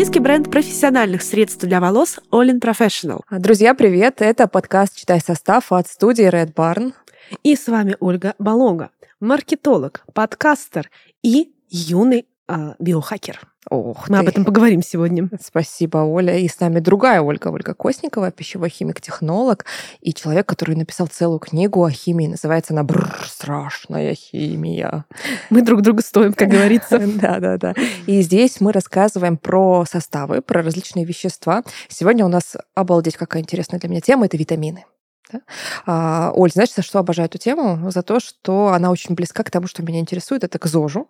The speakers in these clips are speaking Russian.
российский бренд профессиональных средств для волос All in Professional. Друзья, привет! Это подкаст «Читай состав» от студии Red Barn. И с вами Ольга Болога, маркетолог, подкастер и юный биохакер. Мы об этом поговорим сегодня. Спасибо, Оля. И с нами другая Ольга Косникова, пищевой химик-технолог и человек, который написал целую книгу о химии. Называется она «Страшная химия». Мы друг друга стоим, как говорится. Да. И здесь мы рассказываем про составы, про различные вещества. Сегодня у нас, обалдеть, какая интересная для меня тема — это витамины. Да? Оль, знаешь, за что обожаю эту тему? За то, что она очень близка к тому, что меня интересует, это к ЗОЖу.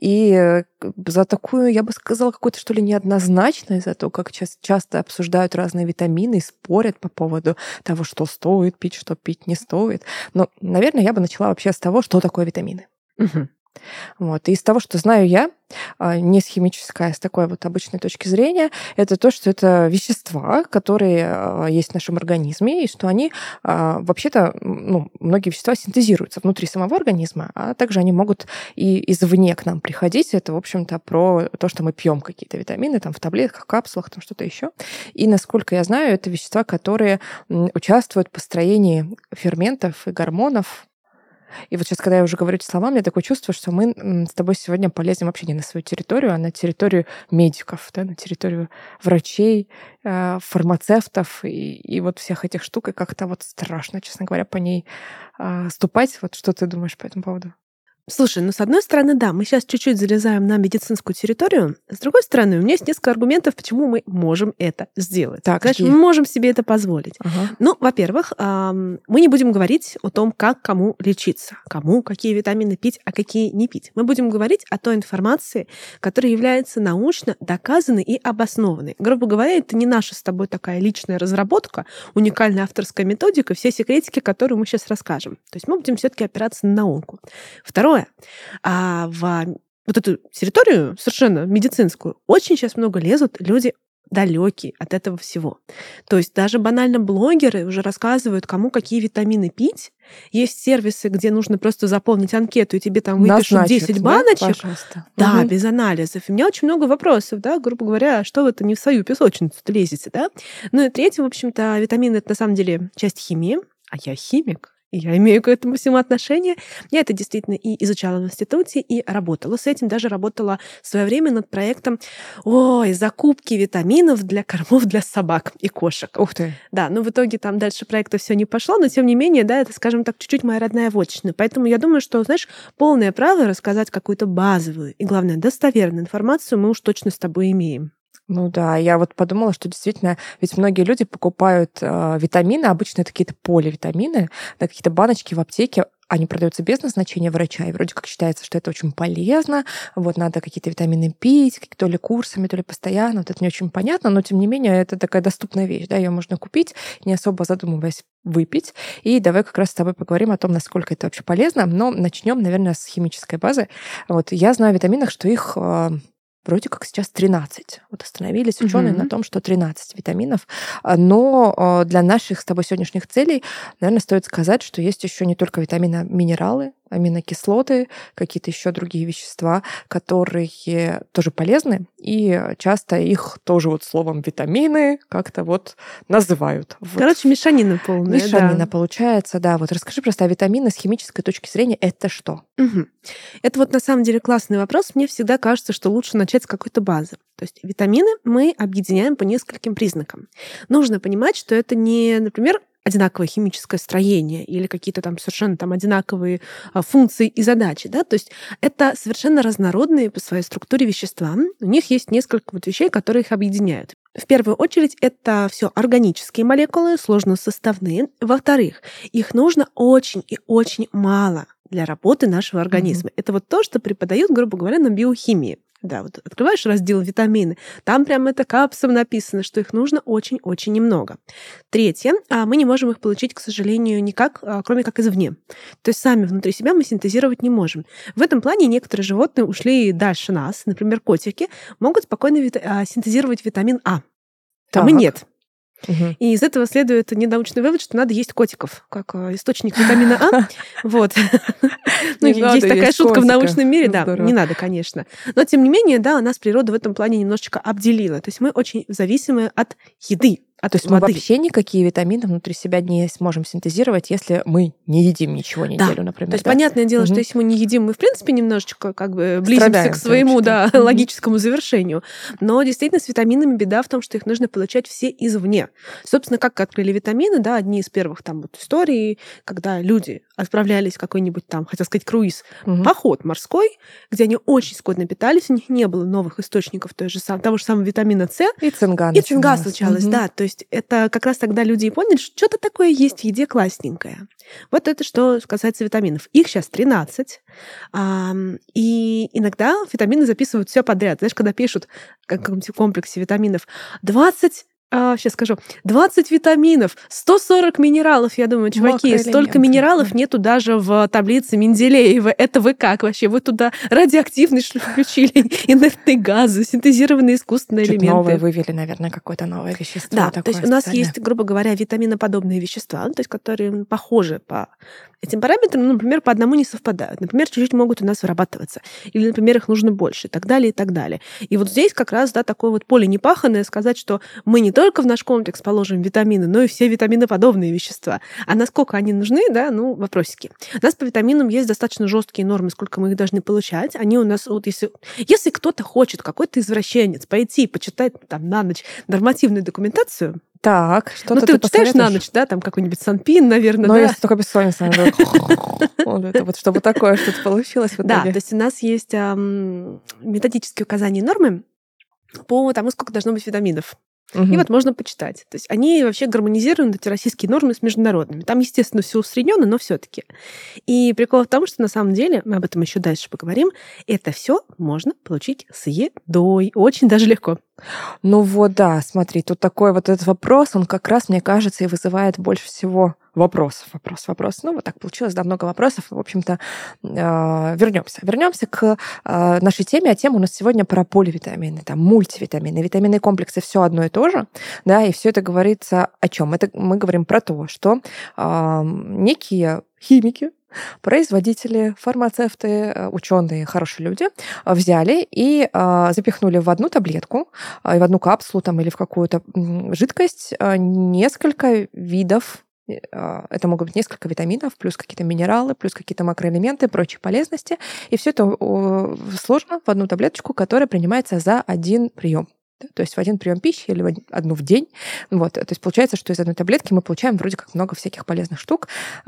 И за такую, я бы сказала, какую-то, что ли, неоднозначность, за то, как часто обсуждают разные витамины и спорят по поводу того, что стоит пить, что пить не стоит. Но, наверное, я бы начала вообще с того, что такое витамины. Угу. Вот. И из того, что знаю я, не с химической, а с такой вот обычной точки зрения, это то, что это вещества, которые есть в нашем организме, и что они вообще-то, многие вещества синтезируются внутри самого организма, а также они могут и извне к нам приходить. Это, в общем-то, про то, что мы пьем какие-то витамины там, в таблетках, капсулах, там что-то еще. И, насколько я знаю, это вещества, которые участвуют в построении ферментов и гормонов. И вот сейчас, когда я уже говорю эти слова, у меня такое чувство, что мы с тобой сегодня полезем вообще не на свою территорию, а на территорию медиков, да, на территорию врачей, фармацевтов и вот всех этих штук. И как-то вот страшно, честно говоря, по ней ступать. Вот что ты думаешь по этому поводу? Слушай, с одной стороны, да, мы сейчас чуть-чуть залезаем на медицинскую территорию. С другой стороны, у меня есть несколько аргументов, почему мы можем это сделать. Так, знаешь, мы можем себе это позволить. Ага. Во-первых, мы не будем говорить о том, как кому лечиться, кому какие витамины пить, а какие не пить. Мы будем говорить о той информации, которая является научно доказанной и обоснованной. Грубо говоря, это не наша с тобой такая личная разработка, уникальная авторская методика, все секретики, которые мы сейчас расскажем. То есть мы будем все-таки опираться на науку. Второе. В вот эту территорию совершенно медицинскую очень сейчас много лезут люди далекие от этого всего. То есть даже банально блогеры уже рассказывают, кому какие витамины пить. Есть сервисы, где нужно просто заполнить анкету, и тебе там выпишут 10 баночек. Да, без анализов. И у меня очень много вопросов, да, грубо говоря, что вы это не в свою песочницу-то лезете, да? Ну и третье, в общем-то, витамины — это на самом деле часть химии, а я химик. И я имею к этому всему отношение. Я это действительно и изучала в институте, и работала с этим. Даже работала в свое время над проектом закупки витаминов для кормов для собак и кошек. Ух ты! Да, но в итоге там дальше проекта все не пошло, но тем не менее, да, это, скажем так, чуть-чуть моя родная вотчина. Поэтому я думаю, что, знаешь, полное право рассказать какую-то базовую и, главное, достоверную информацию мы уж точно с тобой имеем. Ну да, я вот подумала, что действительно, ведь многие люди покупают витамины, обычно это какие-то поливитамины, да, какие-то баночки в аптеке, они продаются без назначения врача, и вроде как считается, что это очень полезно, вот надо какие-то витамины пить, то ли курсами, то ли постоянно, вот это не очень понятно, но тем не менее это такая доступная вещь, да, ее можно купить, не особо задумываясь, выпить. И давай как раз с тобой поговорим о том, насколько это вообще полезно, но начнем, наверное, с химической базы. Вот я знаю о витаминах, что их вроде как сейчас 13. Вот остановились ученые на том, что 13 витаминов. Но для наших с тобой сегодняшних целей, наверное, стоит сказать, что есть еще не только витамины, а минералы, аминокислоты, какие-то еще другие вещества, которые тоже полезны, и часто их тоже вот словом витамины как-то вот называют. Короче, мешанина полная. Мешанина получается, да. Вот расскажи просто, витамины с химической точки зрения — это что? Угу. Это вот на самом деле классный вопрос. Мне всегда кажется, что лучше начать с какой-то базы. То есть витамины мы объединяем по нескольким признакам. Нужно понимать, что это не, например, одинаковое химическое строение или какие-то там совершенно там одинаковые функции и задачи, да, то есть это совершенно разнородные по своей структуре вещества. У них есть несколько вот вещей, которые их объединяют. В первую очередь, это все органические молекулы, сложносоставные. Во-вторых, их нужно очень и очень мало для работы нашего организма. Это вот то, что преподают, грубо говоря, на биохимии. Да, вот открываешь раздел «Витамины», там прямо это капсом написано, что их нужно очень-очень немного. Третье, мы не можем их получить, к сожалению, никак, кроме как извне. То есть сами внутри себя мы синтезировать не можем. В этом плане некоторые животные ушли дальше нас. Например, котики могут спокойно синтезировать витамин А. А мы нет. И из этого следует ненаучный вывод, что надо есть котиков, как источник витамина А. Вот. Есть такая шутка в научном мире, да, не надо, конечно. Но, тем не менее, да, нас природа в этом плане немножечко обделила. То есть мы очень зависимы от еды. То есть мы вообще никакие витамины внутри себя не сможем синтезировать, если мы не едим ничего неделю, например. То есть понятное дело, что если мы не едим, мы, в принципе, немножечко как бы близимся к своему логическому завершению. Но действительно с витаминами беда в том, что их нужно получать все извне. Собственно, как открыли витамины, да, одни из первых там вот историй, когда люди отправлялись в какой-нибудь там, хотел сказать, круиз, поход морской, где они очень скудно питались, у них не было новых источников того же самого витамина С. И цинга случалась, да. То есть это как раз тогда люди и поняли, что что-то такое есть в еде классненькое. Вот это что касается витаминов. Их сейчас 13. И иногда витамины записывают все подряд. Знаешь, когда пишут в каком-нибудь комплексе витаминов 20 витаминов, 140 минералов. Я думаю, чуваки, столько минералов нету даже в таблице Менделеева. Это вы как вообще? Вы туда радиоактивность включили, инертные газы, синтезированные искусственные элементы. Новое вывели, наверное, какое-то новое вещество. Да, то есть у нас есть, грубо говоря, витаминоподобные вещества, то есть которые похожи по этим параметрам, например, по одному не совпадают. Например, чуть-чуть могут у нас вырабатываться. Или, например, их нужно больше, и так далее, и так далее. И вот здесь как раз, да, такое вот поле непаханное сказать, что мы не только в наш комплекс положим витамины, но и все витаминоподобные вещества. А насколько они нужны, да, вопросики. У нас по витаминам есть достаточно жесткие нормы, сколько мы их должны получать. Они у нас, вот если кто-то хочет, какой-то извращенец, пойти почитать там на ночь нормативную документацию, так, что-то ты читаешь на ночь, да, там какой-нибудь Санпин, наверное, да? Если только бессонница. Вот чтобы такое что-то получилось в итоге. Да, то есть у нас есть методические указания и нормы по тому, сколько должно быть витаминов. И вот можно почитать. То есть они вообще гармонизируют эти российские нормы с международными. Там, естественно, все усреднено, но все-таки. И прикол в том, что на самом деле, мы об этом еще дальше поговорим, это все можно получить с едой. Очень даже легко. Ну вот, да, смотри, тут такой вот этот вопрос, он как раз, мне кажется, и вызывает больше всего вопрос. Ну, вот так получилось, да, много вопросов. В общем-то, вернемся к нашей теме. А тема у нас сегодня про поливитамины, там, мультивитамины, витаминные комплексы, все одно и то же, да, и все это говорится о чем? Это мы говорим про то, что некие химики, производители, фармацевты, ученые, хорошие люди взяли и запихнули в одну таблетку, в одну капсулу там, или в какую-то жидкость несколько видов. Это могут быть несколько витаминов, плюс какие-то минералы, плюс какие-то макроэлементы, прочие полезности. И все это сложно в одну таблеточку, которая принимается за один прием. То есть в один прием пищи или одну в день. Вот. То есть получается, что из одной таблетки мы получаем вроде как много всяких полезных штук,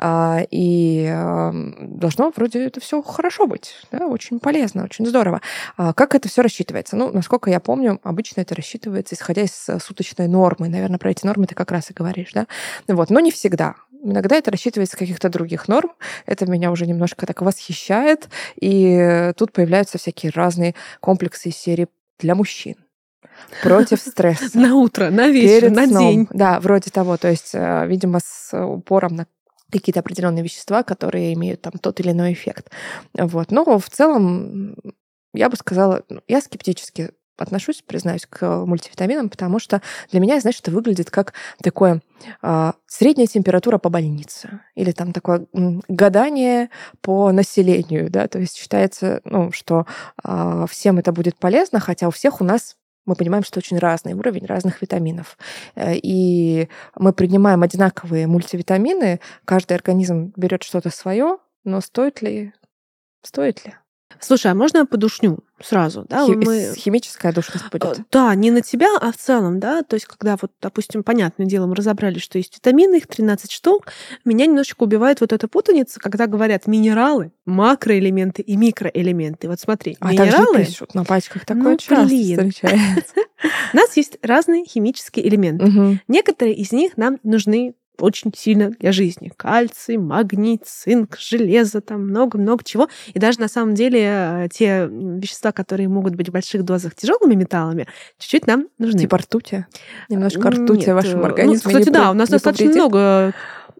и должно вроде это все хорошо быть. Да? Очень полезно, очень здорово. Как это все рассчитывается? Ну, насколько я помню, обычно это рассчитывается, исходя из суточной нормы. Наверное, про эти нормы ты как раз и говоришь. Да? Вот. Но не всегда. Иногда это рассчитывается из каких-то других норм. Это меня уже немножко так восхищает. И тут появляются всякие разные комплексы из серии для мужчин. Против стресса. На утро, на вечер, на день. Да, вроде того. То есть, видимо, с упором на какие-то определенные вещества, которые имеют там тот или иной эффект. Вот. Но в целом, я бы сказала, я скептически отношусь, признаюсь, к мультивитаминам, потому что для меня, знаешь, это выглядит как такое средняя температура по больнице или там такое гадание по населению, да, то есть считается, что всем это будет полезно, хотя у всех у нас мы понимаем, что очень разный уровень разных витаминов. И мы принимаем одинаковые мультивитамины, каждый организм берет что-то свое, но стоит ли? Слушай, а можно я подушню сразу? Да? Химическая душность будет. Да, не на тебя, а в целом, да. То есть, когда вот, допустим, понятным делом мы разобрали, что есть витамины, их 13 штук, меня немножечко убивает вот эта путаница, когда говорят минералы, макроэлементы и микроэлементы. Вот смотри, минералы... Так же пишут на пачках, такое часто встречается. У нас есть разные химические элементы. Некоторые из них нам нужны очень сильно для жизни. Кальций, магний, цинк, железо, там много-много чего. И даже на самом деле те вещества, которые могут быть в больших дозах тяжелыми металлами, чуть-чуть нам нужны. Типа ртути? Немножко ртути в вашем организме. Кстати, да, у нас достаточно много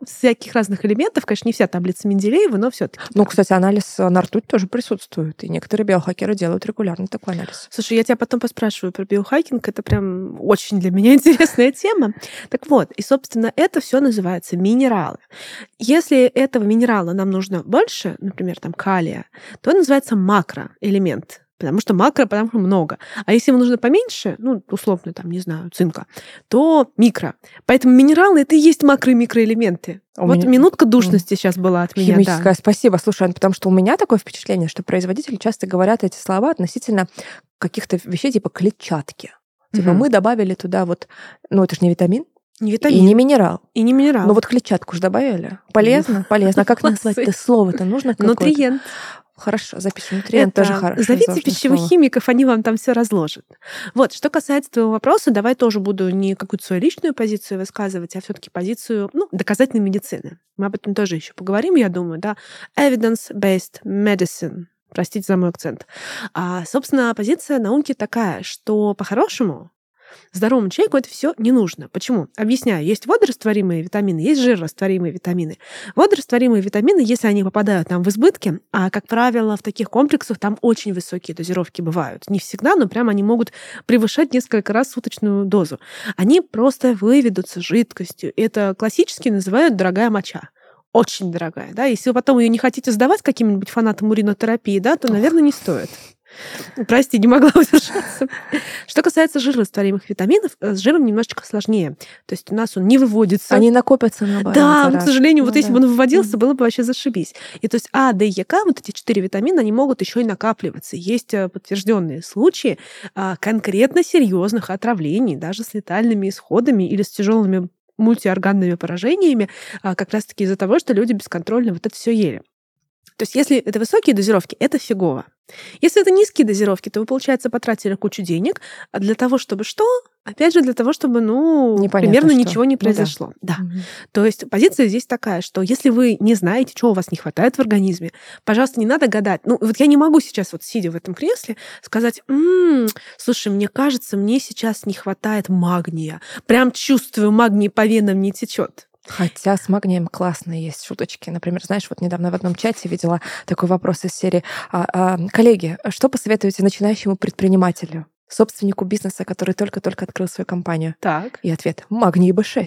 всяких разных элементов. Конечно, не вся таблица Менделеева, но все-таки. Ну, кстати, анализ на ртуть тоже присутствует. И некоторые биохакеры делают регулярно такой анализ. Слушай, я тебя потом поспрашиваю про биохакинг. Это прям очень для меня интересная тема. Так вот, и, собственно, это все называется минералы. Если этого минерала нам нужно больше, например, там калия, то это называется макроэлемент. Потому что много. А если ему нужно поменьше, ну, условно, там, не знаю, цинка, то микро. Поэтому минералы — это и есть макро- и микроэлементы. Минутка душности сейчас была от меня. Химическая, да. Спасибо. Слушай, потому что у меня такое впечатление, что производители часто говорят эти слова относительно каких-то вещей типа клетчатки. Типа мы добавили туда вот... Ну, это же не витамин. Не витамин. И не минерал. И не минерал. Ну вот клетчатку же добавили. Полезно? Полезно. А как назвать это слово-то? Нужно какое-то? Нутриент. Хорошо, запишем. Нутриент тоже хорошо. Зовите пищевых химиков, они вам там все разложат. Вот, что касается твоего вопроса, давай тоже буду не какую-то свою личную позицию высказывать, а все-таки позицию, доказательной медицины. Мы об этом тоже еще поговорим, я думаю, да. Evidence-based medicine. Простите за мой акцент. Собственно, позиция науки такая, что по-хорошему здоровому человеку это все не нужно. Почему? Объясняю. Есть водорастворимые витамины, есть жирорастворимые витамины. Водорастворимые витамины, если они попадают нам в избытке, а, как правило, в таких комплексах там очень высокие дозировки бывают. Не всегда, но прямо они могут превышать несколько раз суточную дозу. Они просто выведутся жидкостью. Это классически называют дорогая моча. Очень дорогая. Да? Если вы потом ее не хотите сдавать каким-нибудь фанатам уринотерапии, да, то, наверное, не стоит. Прости, не могла удержаться. Что касается жирорастворимых витаминов, с жиром немножечко сложнее. То есть у нас он не выводится. Они накопятся на балансе. Да, к сожалению, вот если бы он выводился, было бы вообще зашибись. И то есть А, Д и К, вот эти 4 витамина, они могут еще и накапливаться. Есть подтвержденные случаи конкретно серьезных отравлений, даже с летальными исходами или с тяжелыми мультиорганными поражениями, как раз-таки из-за того, что люди бесконтрольно вот это все ели. То есть если это высокие дозировки, это фигово. Если это низкие дозировки, то вы, получается, потратили кучу денег для того, чтобы что? Опять же, для того, чтобы, примерно что. Ничего не произошло. Да. То есть позиция здесь такая, что если вы не знаете, чего у вас не хватает в организме, пожалуйста, не надо гадать. Вот я не могу сейчас, сидя в этом кресле, сказать, слушай, мне кажется, мне сейчас не хватает магния. Прям чувствую, магний по венам не течет. Хотя с магнием классные есть шуточки. Например, знаешь, вот недавно в одном чате видела такой вопрос из серии: коллеги, что посоветуете начинающему предпринимателю, собственнику бизнеса, который только-только открыл свою компанию? Так. И ответ: магний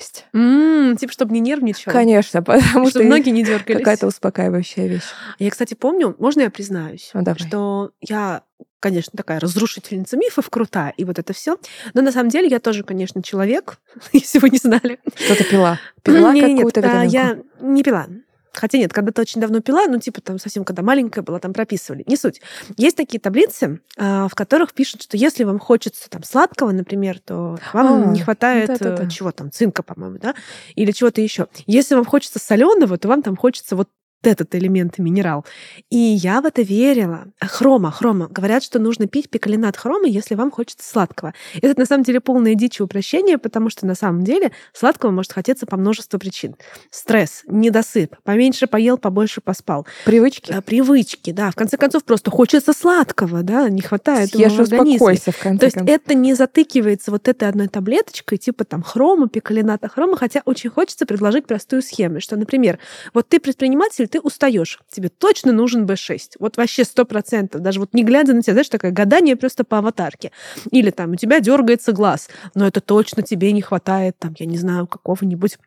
B6. Типа, чтобы не нервничал. Конечно, потому что ноги не дергались. Какая-то успокаивающая вещь. Я, кстати, помню, можно я признаюсь, давай. Что я, конечно, такая разрушительница мифов, крутая, и вот это все. Но на самом деле я тоже, конечно, человек, если вы не знали. Что-то пила? Пила какую-то витаминку? Я не пила. Хотя нет, когда-то очень давно пила, там совсем когда маленькая была, там прописывали. Не суть. Есть такие таблицы, в которых пишут, что если вам хочется сладкого, например, то вам не хватает чего там, цинка, по-моему, да, или чего-то еще. Если вам хочется соленого, то вам там хочется этот элемент, минерал. И я в это верила. Хрома. Говорят, что нужно пить пикалинат хрома, если вам хочется сладкого. Это, на самом деле, полная дичь и упрощение, потому что, на самом деле, сладкого может хотеться по множеству причин. Стресс, недосып, поменьше поел, побольше поспал. Привычки, да. В конце концов, просто хочется сладкого, да, не хватает его в организме. Успокойся, в конце концов. То есть это не затыкивается этой одной таблеточкой, типа хрома, пикалината хрома, хотя очень хочется предложить простую схему, что, например, ты предприниматель, ты устаешь, тебе точно нужен B6. Вообще 100%. Даже не глядя на тебя, знаешь, такое гадание просто по аватарке. Или у тебя дергается глаз, но это точно тебе не хватает, я не знаю, какого-нибудь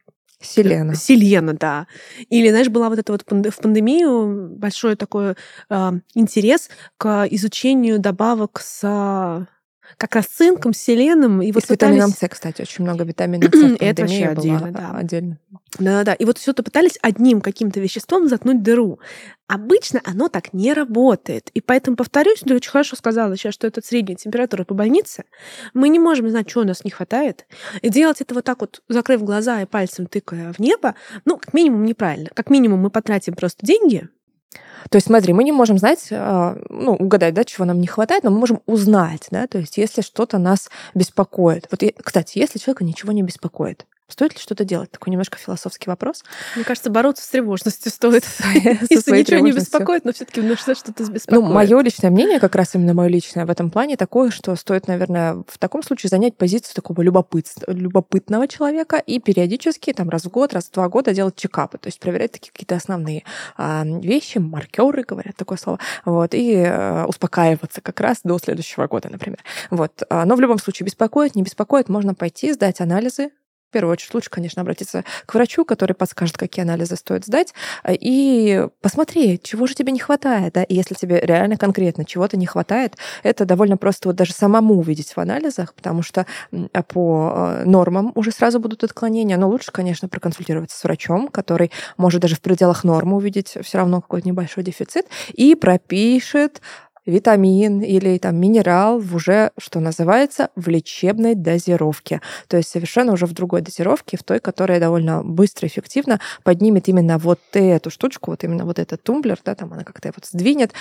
Селена, да. Или, знаешь, была в пандемию большой такой интерес к изучению добавок с как раз цинком, селеном. И с витамином С, кстати, очень много витамина С. Это вообще отдельно, да. Отдельно. Да. И все-то пытались одним каким-то веществом заткнуть дыру. Обычно оно так не работает. И поэтому, повторюсь, ты очень хорошо сказала сейчас, что это средняя температура по больнице. Мы не можем знать, что у нас не хватает. И делать это закрыв глаза и пальцем тыкая в небо, как минимум неправильно. Как минимум мы потратим просто деньги. То есть, смотри, мы не можем знать, угадать, да, чего нам не хватает, но мы можем узнать, да, то есть если что-то нас беспокоит. Кстати, если человека ничего не беспокоит, Стоит ли что-то делать? Такой немножко философский вопрос. Мне кажется, бороться с тревожностью стоит. Если ничего не беспокоит, но все-таки нужно что-то беспокоит. Мое личное мнение, как раз именно мое личное в этом плане, такое, что стоит, наверное, в таком случае занять позицию такого любопытного человека и периодически, там, раз в год, раз в 2 года делать чекапы, то есть проверять такие какие-то основные вещи, маркеры, говорят такое слово, вот, и успокаиваться как раз до следующего года, например. Вот. Но в любом случае, беспокоит, не беспокоит, можно пойти, сдать анализы. В первую очередь лучше, конечно, обратиться к врачу, который подскажет, какие анализы стоит сдать, и посмотреть, чего же тебе не хватает. Да? И если тебе реально конкретно чего-то не хватает, это довольно просто вот даже самому увидеть в анализах, потому что по нормам уже сразу будут отклонения. Но лучше, конечно, проконсультироваться с врачом, который может даже в пределах нормы увидеть все равно какой-то небольшой дефицит, и пропишет витамин или там минерал в уже, что называется, в лечебной дозировке. То есть совершенно уже в другой дозировке, в той, которая довольно быстро и эффективно поднимет именно вот эту штучку, вот именно вот этот тумблер, да, там она как-то вот сдвинет,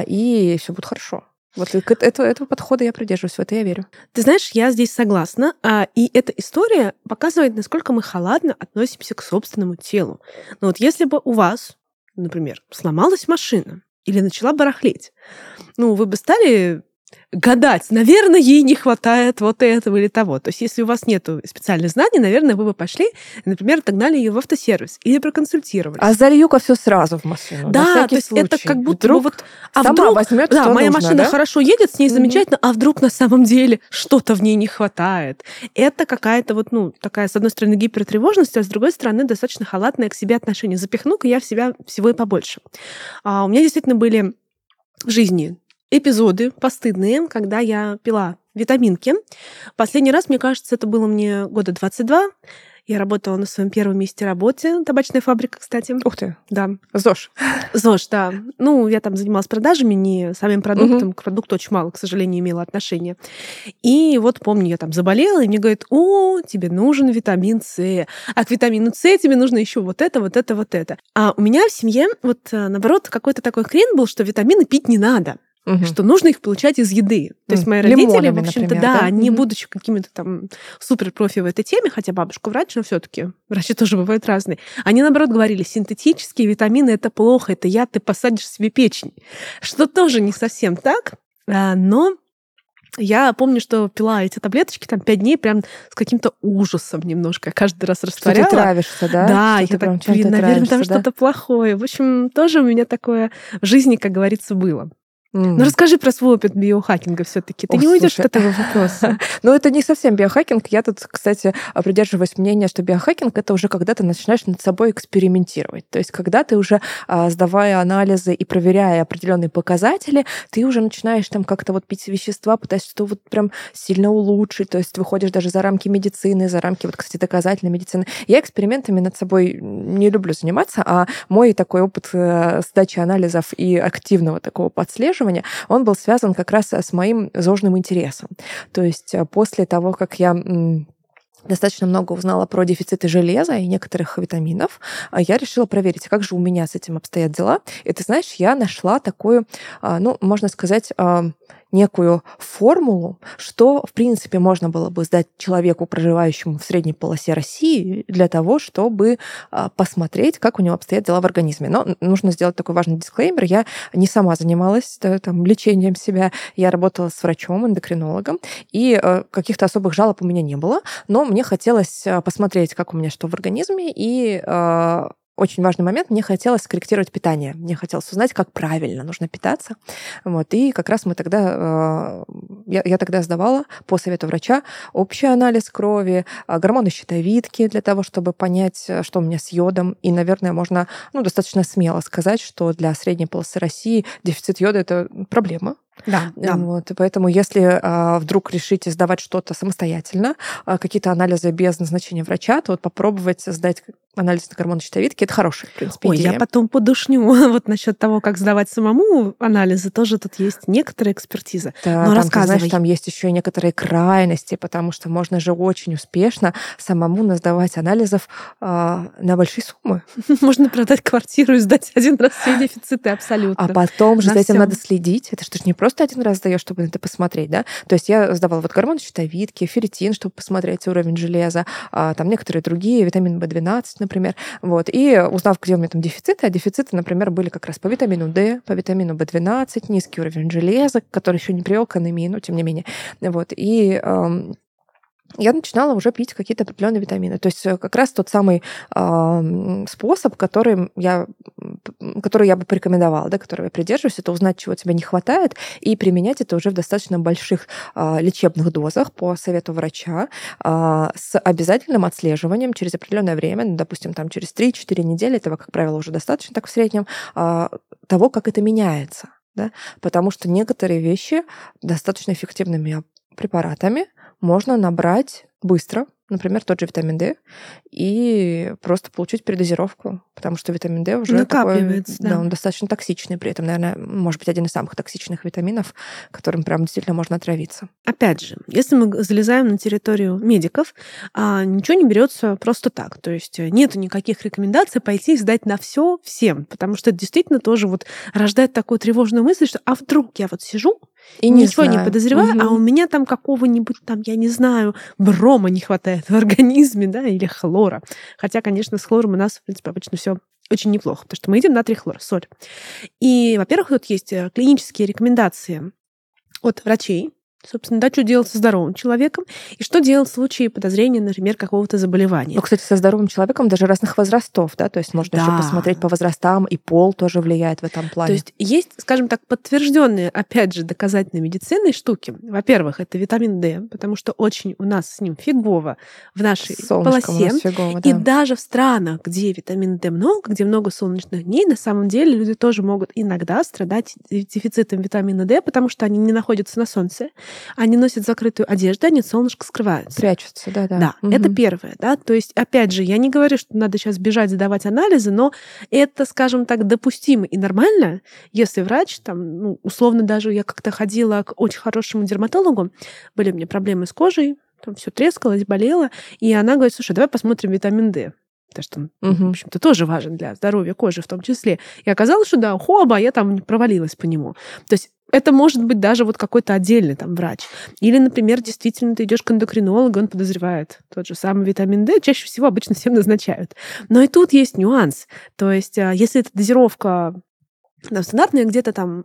и все будет хорошо. Вот этого подхода я придерживаюсь, в это я верю. Ты знаешь, я здесь согласна. И эта история показывает, насколько мы халатно относимся к собственному телу. Но вот если бы у вас, например, сломалась машина, или начала барахлеть, вы бы стали гадать, наверное, ей не хватает вот этого или того. То есть если у вас нет специальных знаний, наверное, вы бы пошли, например, отогнали ее в автосервис или проконсультировались. А залью-ка все сразу в машину. Да, то есть случай. Это как будто вдруг бы сама возьмет, да, моя нужно, машина да? хорошо едет, с ней замечательно, а вдруг на самом деле что-то в ней не хватает. Это какая-то такая, с одной стороны, гипертревожность, а с другой стороны, достаточно халатное к себе отношение. Запихну-ка я в себя всего и побольше. У меня действительно были в жизни эпизоды постыдные, когда я пила витаминки. Последний раз, мне кажется, это было мне года 22. Я работала на своем первом месте работы. Табачная фабрика, кстати. Ух ты. Да. ЗОЖ. ЗОЖ, да. Я там занималась продажами, не самим продуктом. К продукту очень мало, к сожалению, имела отношение. И вот помню, я там заболела, и мне говорят: тебе нужен витамин С. А к витамину С тебе нужно еще вот это, вот это, вот это. А у меня в семье наоборот какой-то такой хрен был, что витамины пить не надо. Что нужно их получать из еды. То есть мои родители, лимонами, в общем-то, например, да, не будучи какими-то там суперпрофи в этой теме, хотя бабушка врач, но все-таки врачи тоже бывают разные, они, наоборот, говорили: синтетические витамины — это плохо, это яд, ты посадишь себе печень. Что тоже не совсем так, но я помню, что пила эти таблеточки 5 дней прям с каким-то ужасом немножко. Я каждый раз растворяла. Что ты травишься, да? Да, я так, наверное, там что-то плохое. В общем, тоже у меня такое в жизни, как говорится, было. Ну, расскажи про свой опыт биохакинга все-таки. Ты не уйдешь от этого вопроса. Ну, это не совсем биохакинг. Я тут, кстати, придерживаюсь мнения, что биохакинг — это уже когда ты начинаешь над собой экспериментировать. То есть когда ты уже, сдавая анализы и проверяя определенные показатели, ты уже начинаешь там как-то пить вещества, пытаешься что прям сильно улучшить. То есть выходишь даже за рамки медицины, за рамки, кстати, доказательной медицины. Я экспериментами над собой не люблю заниматься, а мой такой опыт сдачи анализов и активного такого подслеживания, он был связан как раз с моим зожным интересом. То есть после того, как я достаточно много узнала про дефициты железа и некоторых витаминов, я решила проверить, как же у меня с этим обстоят дела. И ты знаешь, я нашла такую, можно сказать, некую формулу, что, в принципе, можно было бы сдать человеку, проживающему в средней полосе России, для того, чтобы посмотреть, как у него обстоят дела в организме. Но нужно сделать такой важный дисклеймер. Я не сама занималась лечением себя. Я работала с врачом, эндокринологом, и каких-то особых жалоб у меня не было. Но мне хотелось посмотреть, как у меня что в организме, и очень важный момент, мне хотелось скорректировать питание. Мне хотелось узнать, как правильно нужно питаться. И как раз мы тогда... Я тогда сдавала по совету врача общий анализ крови, гормоны щитовидки для того, чтобы понять, что у меня с йодом. И, наверное, можно достаточно смело сказать, что для средней полосы России дефицит йода — это проблема. Да. И поэтому, если вдруг решите сдавать что-то самостоятельно, какие-то анализы без назначения врача, то попробовать сдать анализ на гормоны щитовидки — это хорошая, в принципе, идея. Я потом подушню насчет того, как сдавать самому анализы. Тоже тут есть некоторая экспертиза. Да, но рассказывай. Ты знаешь, там есть еще и некоторые крайности, потому что можно же очень успешно самому насдавать анализов на большие суммы. Можно продать квартиру и сдать один раз все дефициты абсолютно. А потом же за этим надо следить. Это же не просто просто один раз сдаешь, чтобы на это посмотреть, да. То есть я сдавала вот гормоны щитовидки, ферритин, чтобы посмотреть уровень железа, там некоторые другие, витамин В12, например. Вот. И узнав, где у меня там дефициты, а дефициты, например, были как раз по витамину D, по витамину В12, низкий уровень железа, который еще не привел к анемии, но тем не менее. Вот. И я начинала уже пить какие-то определенные витамины. То есть как раз тот самый способ, который я бы порекомендовала, да, которого я придерживаюсь, это узнать, чего тебе не хватает, и применять это уже в достаточно больших лечебных дозах по совету врача с обязательным отслеживанием через определенное время, ну, допустим, там через 3-4 недели, этого, как правило, уже достаточно так в среднем, того, как это меняется. Да? Потому что некоторые вещи достаточно эффективными препаратами можно набрать быстро, например, тот же витамин D, и просто получить передозировку, потому что витамин D уже такой, да, он достаточно токсичный, при этом, наверное, может быть, один из самых токсичных витаминов, которым прям действительно можно отравиться. Опять же, если мы залезаем на территорию медиков, ничего не берется просто так. То есть нету никаких рекомендаций пойти и сдать на все всем, потому что это действительно тоже вот рождает такую тревожную мысль, что а вдруг я вот сижу и ничего не подозреваю, а у меня там какого-нибудь там, я не знаю, брома не хватает в организме, да, или хлора. Хотя, конечно, с хлором у нас, в принципе, обычно все очень неплохо, потому что мы едим натрий хлор, соль. И, во-первых, тут есть клинические рекомендации от врачей, собственно, да, что делать со здоровым человеком и что делать в случае подозрения, например, какого-то заболевания. Ну, кстати, со здоровым человеком даже разных возрастов, да, то есть можно еще посмотреть по возрастам, и пол тоже влияет в этом плане. То есть, скажем так, подтвержденные, опять же, доказательной медициной штуки. Во-первых, это витамин D, потому что очень у нас с ним фигово в нашей полосе. Фигово, да. И даже в странах, где витамина D много, где много солнечных дней, на самом деле люди тоже могут иногда страдать дефицитом витамина D, потому что они не находятся на солнце, они носят закрытую одежду, они от солнышка скрываются. Прячутся, да. Да, это первое, да. То есть, опять же, я не говорю, что надо сейчас бежать сдавать анализы, но это, скажем так, допустимо и нормально, если врач, там, ну, условно, даже я как-то ходила к очень хорошему дерматологу, были у меня проблемы с кожей, там все трескалось, болело, и она говорит: слушай, давай посмотрим витамин D. Потому что он, в общем-то, тоже важен для здоровья кожи в том числе. И оказалось, что да, хоба, я там провалилась по нему. То есть это может быть даже вот какой-то отдельный там врач. Или, например, действительно ты идешь к эндокринологу, он подозревает тот же самый витамин D, чаще всего обычно всем назначают. Но и тут есть нюанс. То есть если эта дозировка стандартная, где-то там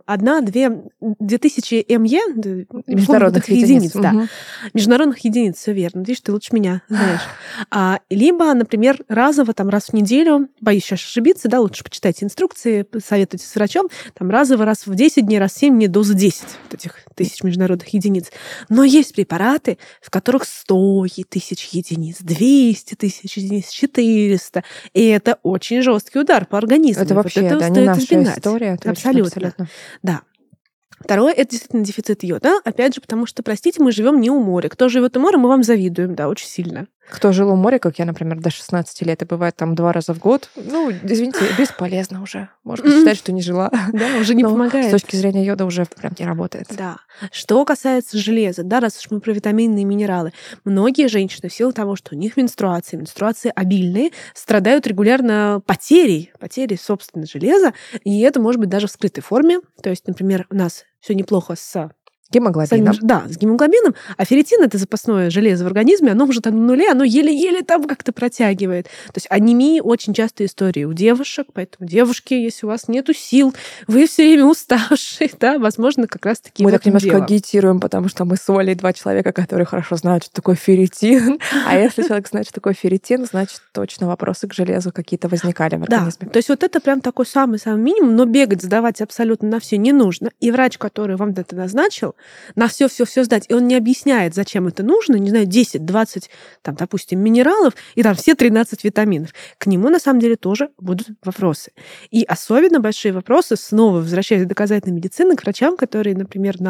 2000 МЕ, международных единиц, да. Международных единиц, все верно. Видишь, ты лучше меня знаешь. Либо, например, разово, там, раз в неделю, боюсь сейчас ошибиться, да, лучше почитайте инструкции, советуйтесь с врачом, там, разово, раз в 10 дней, раз в 7 дней, доза 10 вот этих тысяч международных единиц. Но есть препараты, в которых 100 тысяч единиц, 200 тысяч единиц, 400. И это очень жесткий удар по организму. Это вообще, вот да, не наша история. Абсолютно. Да. Второе — это действительно дефицит йода. Опять же, потому что, простите, мы живем не у моря. Кто живет у моря, мы вам завидуем, да, очень сильно. Кто жил у моря, как я, например, до 16 лет, и бывает там 2 раза в год, ну, извините, бесполезно уже. Можно считать, что не жила. Да, уже не помогает. С точки зрения йода уже прям не работает. Да. Что касается железа, да, раз уж мы про витамины и минералы, многие женщины в силу того, что у них менструации обильные, страдают регулярно потерей собственного железа, и это может быть даже в скрытой форме. То есть, например, у нас все неплохо с гемоглобином. С гемоглобином. А ферритин — это запасное железо в организме, оно уже там на нуле, оно еле-еле там как-то протягивает. То есть анемии очень частая история у девушек, поэтому, девушки, если у вас нету сил, вы все время уставшие, да, возможно, как раз-таки мы так немножко агитируем, потому что мы с Олей 2 человека, которые хорошо знают, что такое ферритин. А если человек знает, что такое ферритин, значит, точно вопросы к железу какие-то возникали в организме. Да, то есть вот это прям такой самый-самый минимум, но бегать, сдавать абсолютно на все не нужно. И врач, который вам это назначил, на все сдать, и он не объясняет, зачем это нужно, не знаю, 10-20, там, допустим, минералов и там все 13 витаминов. К нему, на самом деле, тоже будут вопросы. И особенно большие вопросы, снова возвращаясь к доказательной медицине, к врачам, которые, например, на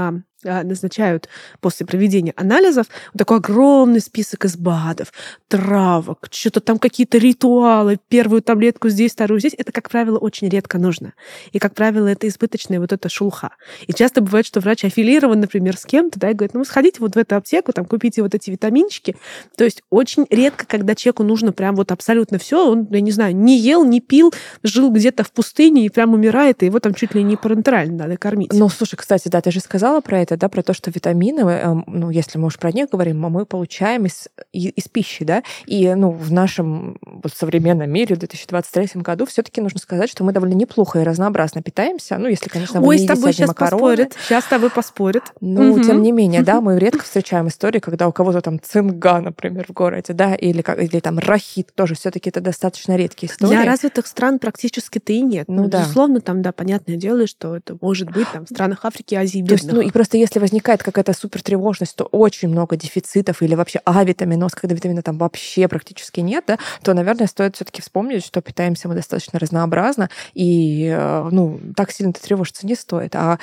назначают после проведения анализов вот такой огромный список из БАДов, травок, что-то там какие-то ритуалы, первую таблетку здесь, вторую здесь. Это, как правило, очень редко нужно. И, как правило, это избыточная вот эта шелуха. И часто бывает, что врач аффилирован, например, с кем-то, да, и говорит, ну, сходите вот в эту аптеку, там, купите вот эти витаминчики. То есть очень редко, когда человеку нужно прям вот абсолютно все, он, я не знаю, не ел, не пил, жил где-то в пустыне и прям умирает, и его там чуть ли не парентерально надо кормить. Ну, слушай, кстати, да, ты же сказала про это, да, про то, что витамины, ну, если мы уж про них говорим, мы получаем из пищи, да, и, ну, в нашем вот современном мире в 2023 году все-таки нужно сказать, что мы довольно неплохо и разнообразно питаемся, ну, если, конечно, вы не едите одни макароны. Сейчас с тобой поспорят. Ну, тем не менее, да, мы редко встречаем истории, когда у кого-то там цинга, например, в городе, да, или там рахит тоже, все-таки это достаточно редкие истории. Для развитых стран практически-то и нет. Ну, да. Безусловно, там, да, понятное дело, что это может быть там в странах Африки, Азии, бедных. То есть, ну, и просто если возникает какая-то супертревожность, то очень много дефицитов или вообще авитаминоз, когда витамина там вообще практически нет, да, то, наверное, стоит все-таки вспомнить, что питаемся мы достаточно разнообразно, и, ну, так сильно тревожиться не стоит. А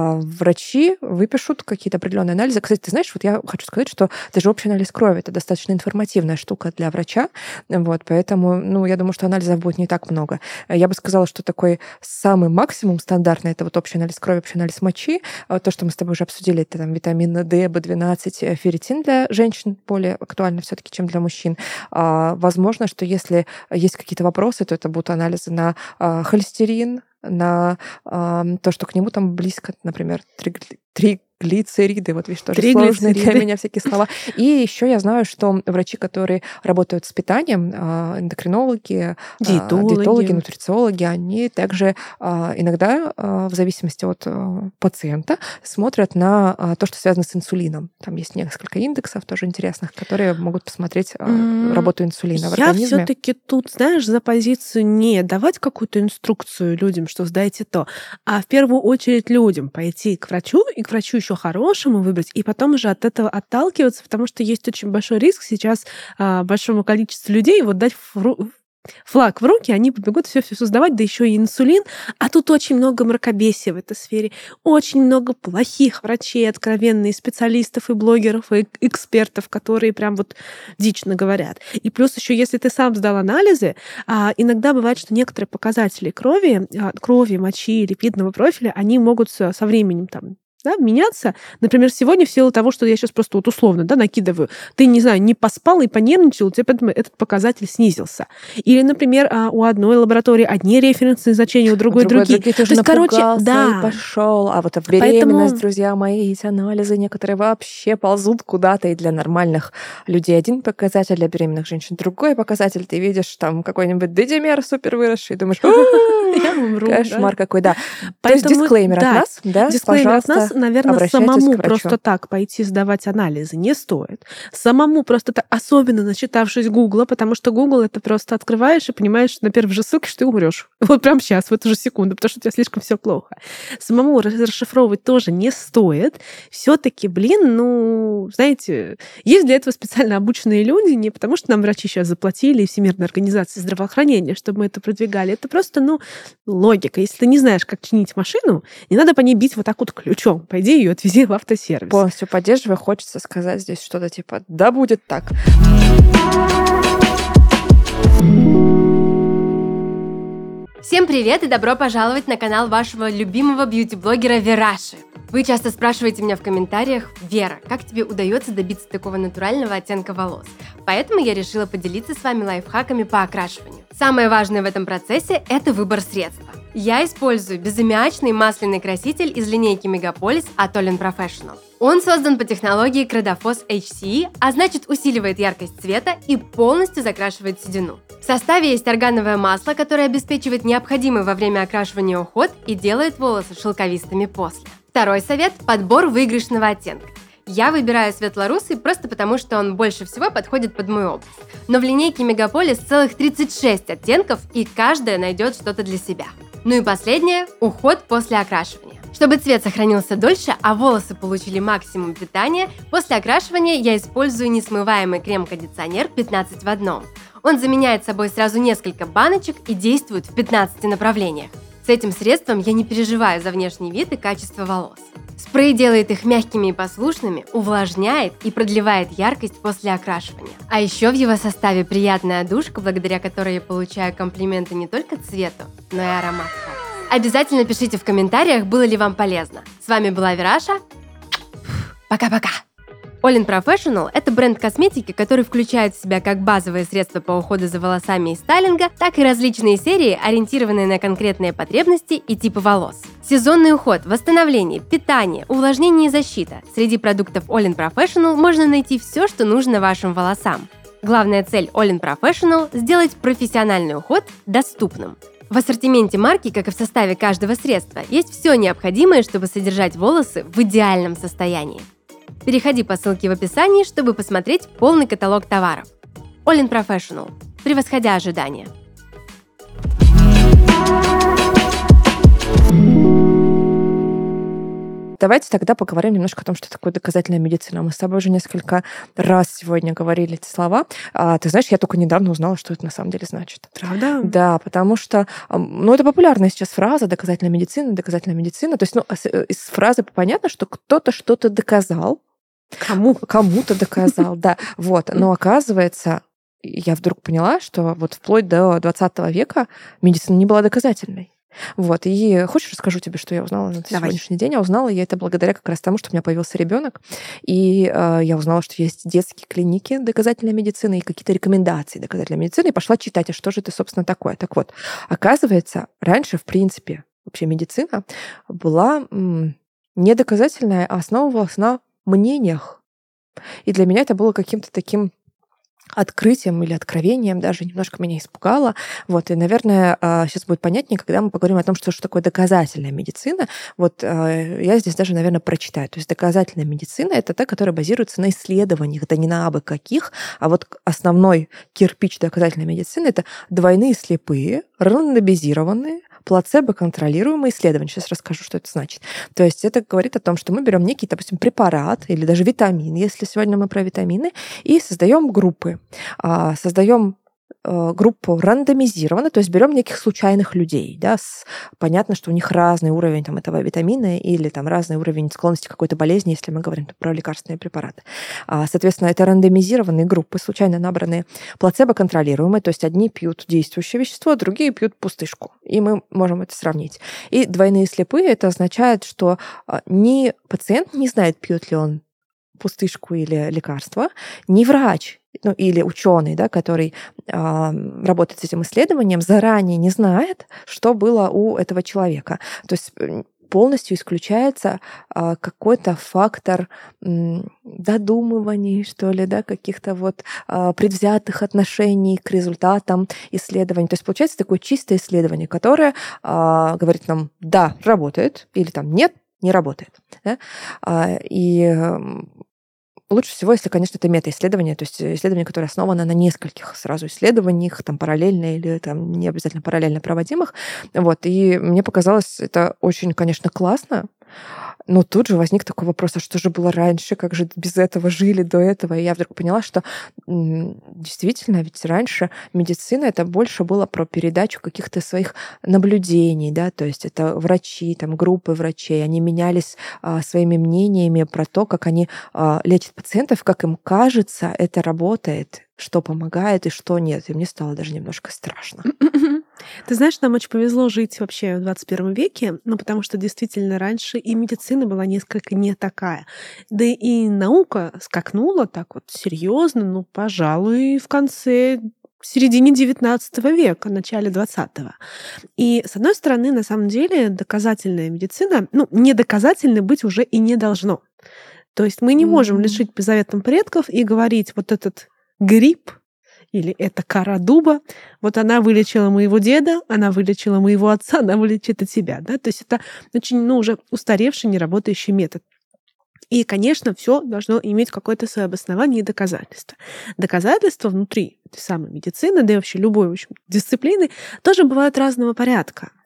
врачи выпишут какие-то определенные анализы. Кстати, ты знаешь, вот я хочу сказать, что даже общий анализ крови — это достаточно информативная штука для врача, вот, поэтому, ну, я думаю, что анализов будет не так много. Я бы сказала, что такой самый максимум стандартный — это вот общий анализ крови, общий анализ мочи. То, что мы с тобой уже обсудили, это там витамин D, B12, ферритин для женщин более актуально все-таки, чем для мужчин. Возможно, что если есть какие-то вопросы, то это будут анализы на холестерин, на то, что к нему там близко, например, триглицериды, вот видишь, тоже сложные для меня всякие слова. И еще я знаю, что врачи, которые работают с питанием, эндокринологи, диетологи, нутрициологи, они также иногда, в зависимости от пациента, смотрят на то, что связано с инсулином. Там есть несколько индексов тоже интересных, которые могут посмотреть работу инсулина в организме. Я все-таки тут, знаешь, за позицию не давать какую-то инструкцию людям, что сдайте то, а в первую очередь людям пойти к врачу, и к врачу еще хорошему выбрать, и потом уже от этого отталкиваться, потому что есть очень большой риск сейчас большому количеству людей вот дать флаг в руки, они побегут все создавать, да еще и инсулин. А тут очень много мракобесия в этой сфере, очень много плохих врачей, откровенных специалистов и блогеров, и экспертов, которые прям вот дичь наговорят. И плюс еще, если ты сам сдал анализы, иногда бывает, что некоторые показатели крови, мочи, липидного профиля, они могут со временем там меняться. Например, сегодня в силу того, что я сейчас просто вот условно накидываю, ты, не знаю, не поспал и понервничал, у тебя поэтому этот показатель снизился. Или, например, у одной лаборатории одни референсные значения, у другой другие. То есть, короче, да. И пошел. А вот беременность, друзья мои, эти анализы некоторые вообще ползут куда-то, и для нормальных людей один показатель, для беременных женщин другой показатель. Ты видишь там какой-нибудь дедимер супер выросший, и думаешь, я умру. Кошмар какой, да. То есть дисклеймер от нас, да? Дисклеймер от нас, наверное, самому просто так пойти сдавать анализы не стоит. Самому просто так, особенно начитавшись Гугла, потому что Гугл — это просто открываешь и понимаешь на первой же ссылке, что ты умрешь. Вот прямо сейчас, в эту же секунду, потому что у тебя слишком все плохо. Самому расшифровывать тоже не стоит. Все-таки, знаете, есть для этого специально обученные люди, не потому что нам врачи сейчас заплатили, и Всемирная организация здравоохранения, чтобы мы это продвигали. Это просто, логика. Если ты не знаешь, как чинить машину, не надо по ней бить вот так вот ключом. Пойди ее отвези в автосервис. Полностью поддерживаю. Хочется сказать здесь что-то типа «да будет так». Всем привет и добро пожаловать на канал вашего любимого бьюти-блогера Вераши. Вы часто спрашиваете меня в комментариях: Вера, как тебе удается добиться такого натурального оттенка волос? Поэтому я решила поделиться с вами лайфхаками по окрашиванию. Самое важное в этом процессе – это выбор средства. Я использую безаммиачный масляный краситель из линейки Megapolis от Olin Professional. Он создан по технологии Credophos HCE, а значит усиливает яркость цвета и полностью закрашивает седину. В составе есть органовое масло, которое обеспечивает необходимый во время окрашивания уход и делает волосы шелковистыми после. Второй совет – подбор выигрышного оттенка. Я выбираю светло-русый просто потому, что он больше всего подходит под мой образ. Но в линейке Megapolis целых 36 оттенков, и каждая найдет что-то для себя. Ну и последнее – уход после окрашивания. Чтобы цвет сохранился дольше, а волосы получили максимум питания, после окрашивания я использую несмываемый крем-кондиционер 15 в 1. Он заменяет собой сразу несколько баночек и действует в 15 направлениях. С этим средством я не переживаю за внешний вид и качество волос. Спрей делает их мягкими и послушными, увлажняет и продлевает яркость после окрашивания. А еще в его составе приятная одушка, благодаря которой я получаю комплименты не только цвету, но и аромату. Обязательно пишите в комментариях, было ли вам полезно. С вами была Вераша. Пока-пока! All-in Professional – это бренд косметики, который включает в себя как базовые средства по уходу за волосами и стайлинга, так и различные серии, ориентированные на конкретные потребности и типы волос. Сезонный уход, восстановление, питание, увлажнение и защита. Среди продуктов All-in Professional можно найти все, что нужно вашим волосам. Главная цель All-in Professional – сделать профессиональный уход доступным. В ассортименте марки, как и в составе каждого средства, есть все необходимое, чтобы содержать волосы в идеальном состоянии. Переходи по ссылке в описании, чтобы посмотреть полный каталог товаров. All-in Professional. Превосходя ожидания. Давайте тогда поговорим немножко о том, что такое доказательная медицина. Мы с тобой уже несколько раз сегодня говорили эти слова. Ты знаешь, я только недавно узнала, что это на самом деле значит. Правда? Да, потому что, это популярная сейчас фраза доказательная медицина. То есть, из фразы понятно, что кто-то что-то доказал. Кому-то доказал, да. Вот. Но оказывается, я вдруг поняла, что вот вплоть до 20 века медицина не была доказательной. Вот. И хочешь, расскажу тебе, что я узнала на сегодняшний день? Я узнала я это благодаря как раз тому, что у меня появился ребенок. И я узнала, что есть детские клиники доказательной медицины и какие-то рекомендации доказательной медицины. И пошла читать, а что же это, собственно, такое. Так вот, оказывается, раньше, в принципе, вообще медицина была не доказательная, а основывалась на мнениях. И для меня это было каким-то таким открытием или откровением, даже немножко меня испугало. Вот, и, наверное, сейчас будет понятнее, когда мы поговорим о том, что такое доказательная медицина. Вот я здесь даже, наверное, прочитаю. То есть доказательная медицина — это та, которая базируется на исследованиях, да не на абы каких, а вот основной кирпич доказательной медицины — это двойные слепые, рандомизированные, плацебо-контролируемые исследования. Сейчас расскажу, что это значит. То есть это говорит о том, что мы берем некий, допустим, препарат или даже витамин, если сегодня мы про витамины, и создаем группы. Создаем группу рандомизированно, то есть берем неких случайных людей, да, понятно, что у них разный уровень там, этого витамина или там разный уровень склонности к какой-то болезни, если мы говорим про лекарственные препараты. Соответственно, это рандомизированные группы, случайно набранные, плацебо-контролируемые, то есть одни пьют действующее вещество, другие пьют пустышку, и мы можем это сравнить. И двойные слепые — это означает, что ни пациент не знает, пьет ли он пустышку или лекарство, ни врач, или ученый, да, который работает с этим исследованием, заранее не знает, что было у этого человека. То есть полностью исключается какой-то фактор додумываний, что ли, да, каких-то вот предвзятых отношений к результатам исследований. То есть получается такое чистое исследование, которое говорит нам «да, работает» или там «нет, не работает». Да? И лучше всего, если, конечно, это мета-исследование, то есть исследование, которое основано на нескольких сразу исследованиях, там, параллельно или там, не обязательно параллельно проводимых. Вот. И мне показалось это очень, конечно, классно. Но тут же возник такой вопрос, а что же было раньше, как же без этого жили до этого? И я вдруг поняла, что действительно, ведь раньше медицина это больше было про передачу каких-то своих наблюдений, да, то есть это врачи, там, группы врачей, они менялись своими мнениями про то, как они лечат пациентов, как им кажется, это работает, что помогает и что нет. И мне стало даже немножко страшно. Ты знаешь, нам очень повезло жить вообще в 21 веке, потому что действительно раньше и медицина была несколько не такая. Да и наука скакнула так вот серьезно, пожалуй, в середине 19 века, начале 20-го. И, с одной стороны, на самом деле, доказательная медицина, недоказательной быть уже и не должно. То есть мы не можем лишить по заветам предков и говорить, вот этот гриб или это кора дуба, вот она вылечила моего деда, она вылечила моего отца, она вылечит и тебя. Да? То есть это очень уже устаревший, неработающий метод. И, конечно, все должно иметь какое-то свое обоснование и доказательство. Доказательства внутри этой самой медицины, да и вообще любой, в общем, дисциплины, тоже бывают разного порядка.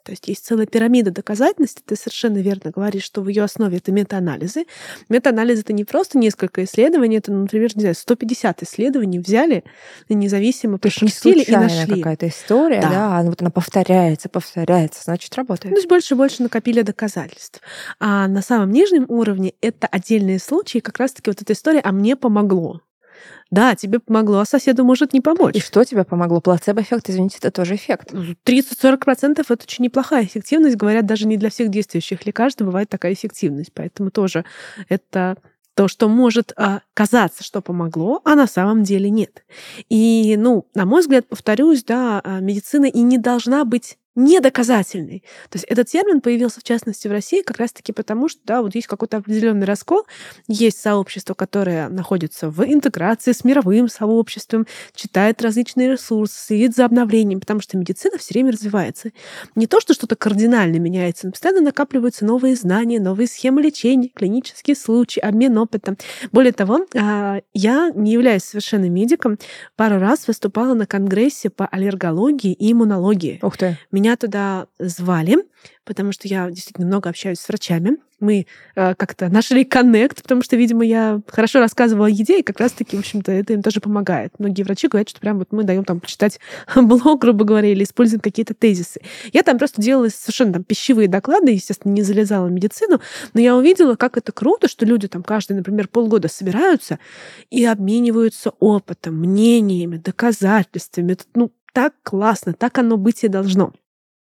То есть есть целая пирамида доказательностей. Ты совершенно верно говоришь, что в ее основе это метаанализы. Метаанализ — это не просто несколько исследований, это, например, не знаю, 150 исследований взяли, независимо пошерстили и нашли. Какая-то история, да, вот она повторяется, значит, работает. То есть больше и больше накопили доказательств. А на самом нижнем уровне это отдельные случаи, как раз-таки вот эта история «а мне помогло». Да, тебе помогло, а соседу может не помочь. И что тебе помогло? Плацебо-эффект, извините, это тоже эффект. 30-40% это очень неплохая эффективность. Говорят, даже не для всех действующих лекарств бывает такая эффективность. Поэтому тоже это то, что может казаться, что помогло, а на самом деле нет. И, на мой взгляд, повторюсь, да, медицина и не должна быть недоказательный. То есть этот термин появился, в частности, в России как раз-таки потому, что, да, вот есть какой-то определенный раскол, есть сообщество, которое находится в интеграции с мировым сообществом, читает различные ресурсы, следит за обновлением, потому что медицина все время развивается. Не то, что что-то кардинально меняется, но постоянно накапливаются новые знания, новые схемы лечения, клинические случаи, обмен опытом. Более того, я, не являясь совершенно медиком, пару раз выступала на конгрессе по аллергологии и иммунологии. Ух ты! Меня туда звали, потому что я действительно много общаюсь с врачами. Мы как-то нашли коннект, потому что, видимо, я хорошо рассказывала о еде, и как раз-таки, в общем-то, это им тоже помогает. Многие врачи говорят, что прям вот мы даем там почитать блог, грубо говоря, или используем какие-то тезисы. Я там просто делала совершенно там пищевые доклады, естественно, не залезала в медицину, но я увидела, как это круто, что люди там каждый, например, полгода собираются и обмениваются опытом, мнениями, доказательствами. Это, так классно, так оно быть и должно.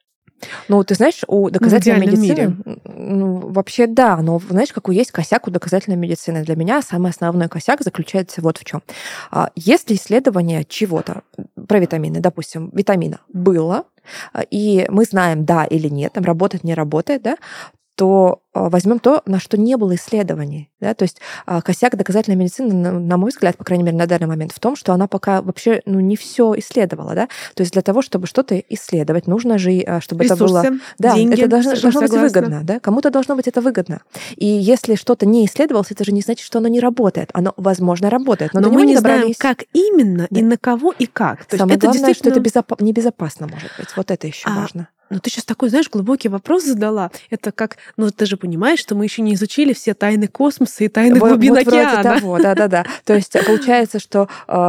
Ты знаешь, у доказательной медицины... мире. Вообще, да, но знаешь, какой есть косяк у доказательной медицины? Для меня самый основной косяк заключается вот в чем. Если исследование чего-то, про витамины, допустим, витамина было, и мы знаем, да или нет, там работает, не работает, да, то возьмем то, на что не было исследований. Да? То есть косяк доказательной медицины, на мой взгляд, по крайней мере, на данный момент, в том, что она пока вообще не все исследовала. Да? То есть для того, чтобы что-то исследовать, нужно же, чтобы ресурсы, это было... Да, деньги, это должно быть согласна. выгодно. Да? Кому-то должно быть это выгодно. И если что-то не исследовалось, это же не значит, что оно не работает. Оно, возможно, работает. Но мы не знаем, как именно, и на кого, и как. То Самое есть это главное, действительно... что это небезопасно может быть. Вот это еще важно. Ты сейчас такой, знаешь, глубокий вопрос задала. Это как, ты же понимаешь, что мы еще не изучили все тайны космоса и тайны глубин океана. Вроде того, да. То есть получается, что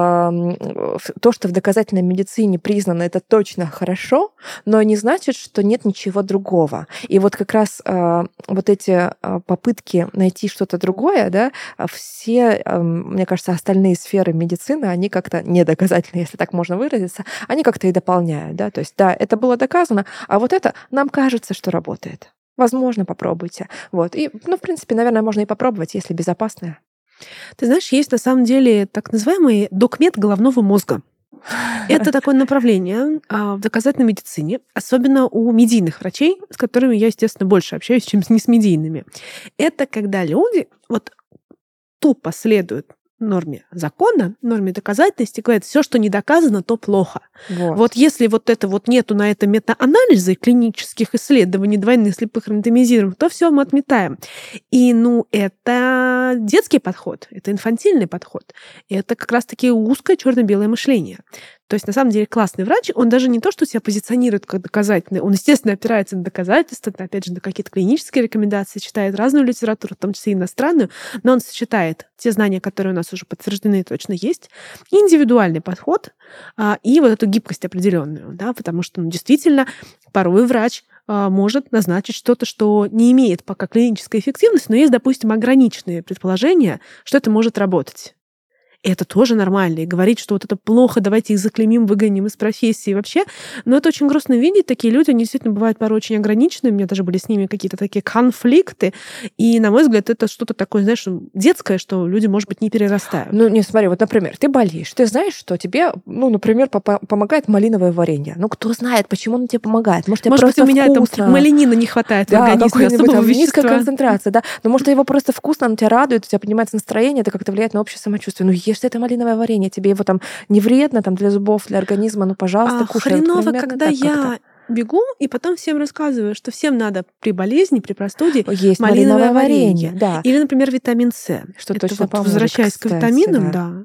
то, что в доказательной медицине признано, это точно хорошо, но не значит, что нет ничего другого. И вот как раз вот эти попытки найти что-то другое, да, все, мне кажется, остальные сферы медицины, они как-то недоказательные, если так можно выразиться, они как-то и дополняют, да. То есть, да, это было доказано, а вот это нам кажется, что работает. Возможно, попробуйте. Вот. И, в принципе, наверное, можно и попробовать, если безопасное. Ты знаешь, есть на самом деле так называемый докмед головного мозга. Это такое направление в доказательной медицине, особенно у медийных врачей, с которыми я, естественно, больше общаюсь, чем не с медийными. Это когда люди тупо следуют норме закона, норме доказательности, говорят, все, что не доказано, то плохо. Вот если вот это вот нету на это метаанализа и клинических исследований двойных слепых рандомизированных, то все мы отметаем. И, это детский подход, это инфантильный подход. Это как раз-таки узкое черно-белое мышление. То есть, на самом деле, классный врач, он даже не то, что себя позиционирует как доказательный, он, естественно, опирается на доказательства, опять же, на какие-то клинические рекомендации, читает разную литературу, в том числе и иностранную, но он сочетает те знания, которые у нас уже подтверждены и точно есть, индивидуальный подход и вот эту гибкость определенную, да, потому что, действительно, порой врач может назначить что-то, что не имеет пока клинической эффективности, но есть, допустим, ограниченные предположения, что это может работать. И это тоже нормально. И говорить, что вот это плохо, давайте их заклеймим, выгоним из профессии вообще. Но это очень грустно видеть. Такие люди, они действительно бывают порой очень ограниченные. У меня даже были с ними какие-то такие конфликты. И, на мой взгляд, это что-то такое, знаешь, детское, что люди, может быть, не перерастают. Не, смотри, вот, например, ты болеешь, ты знаешь, что тебе, например, помогает малиновое варенье. Кто знает, почему оно тебе помогает. Может быть, у меня там маленина не хватает в организме, особого вещества. Низкая концентрация, да. Но, может, его просто вкусно, оно тебя радует, у тебя поднимается настроение, это как-то влияет на общее самочувствие. Ешь это малиновое варенье, тебе его там не вредно там, для зубов, для организма, пожалуйста, кушай. Хреново, когда я бегу и потом всем рассказываю, что всем надо при болезни, при простуде есть малиновое варенье. Да. Или, например, витамин С. Что это точно вот, возвращаясь к витаминам, да.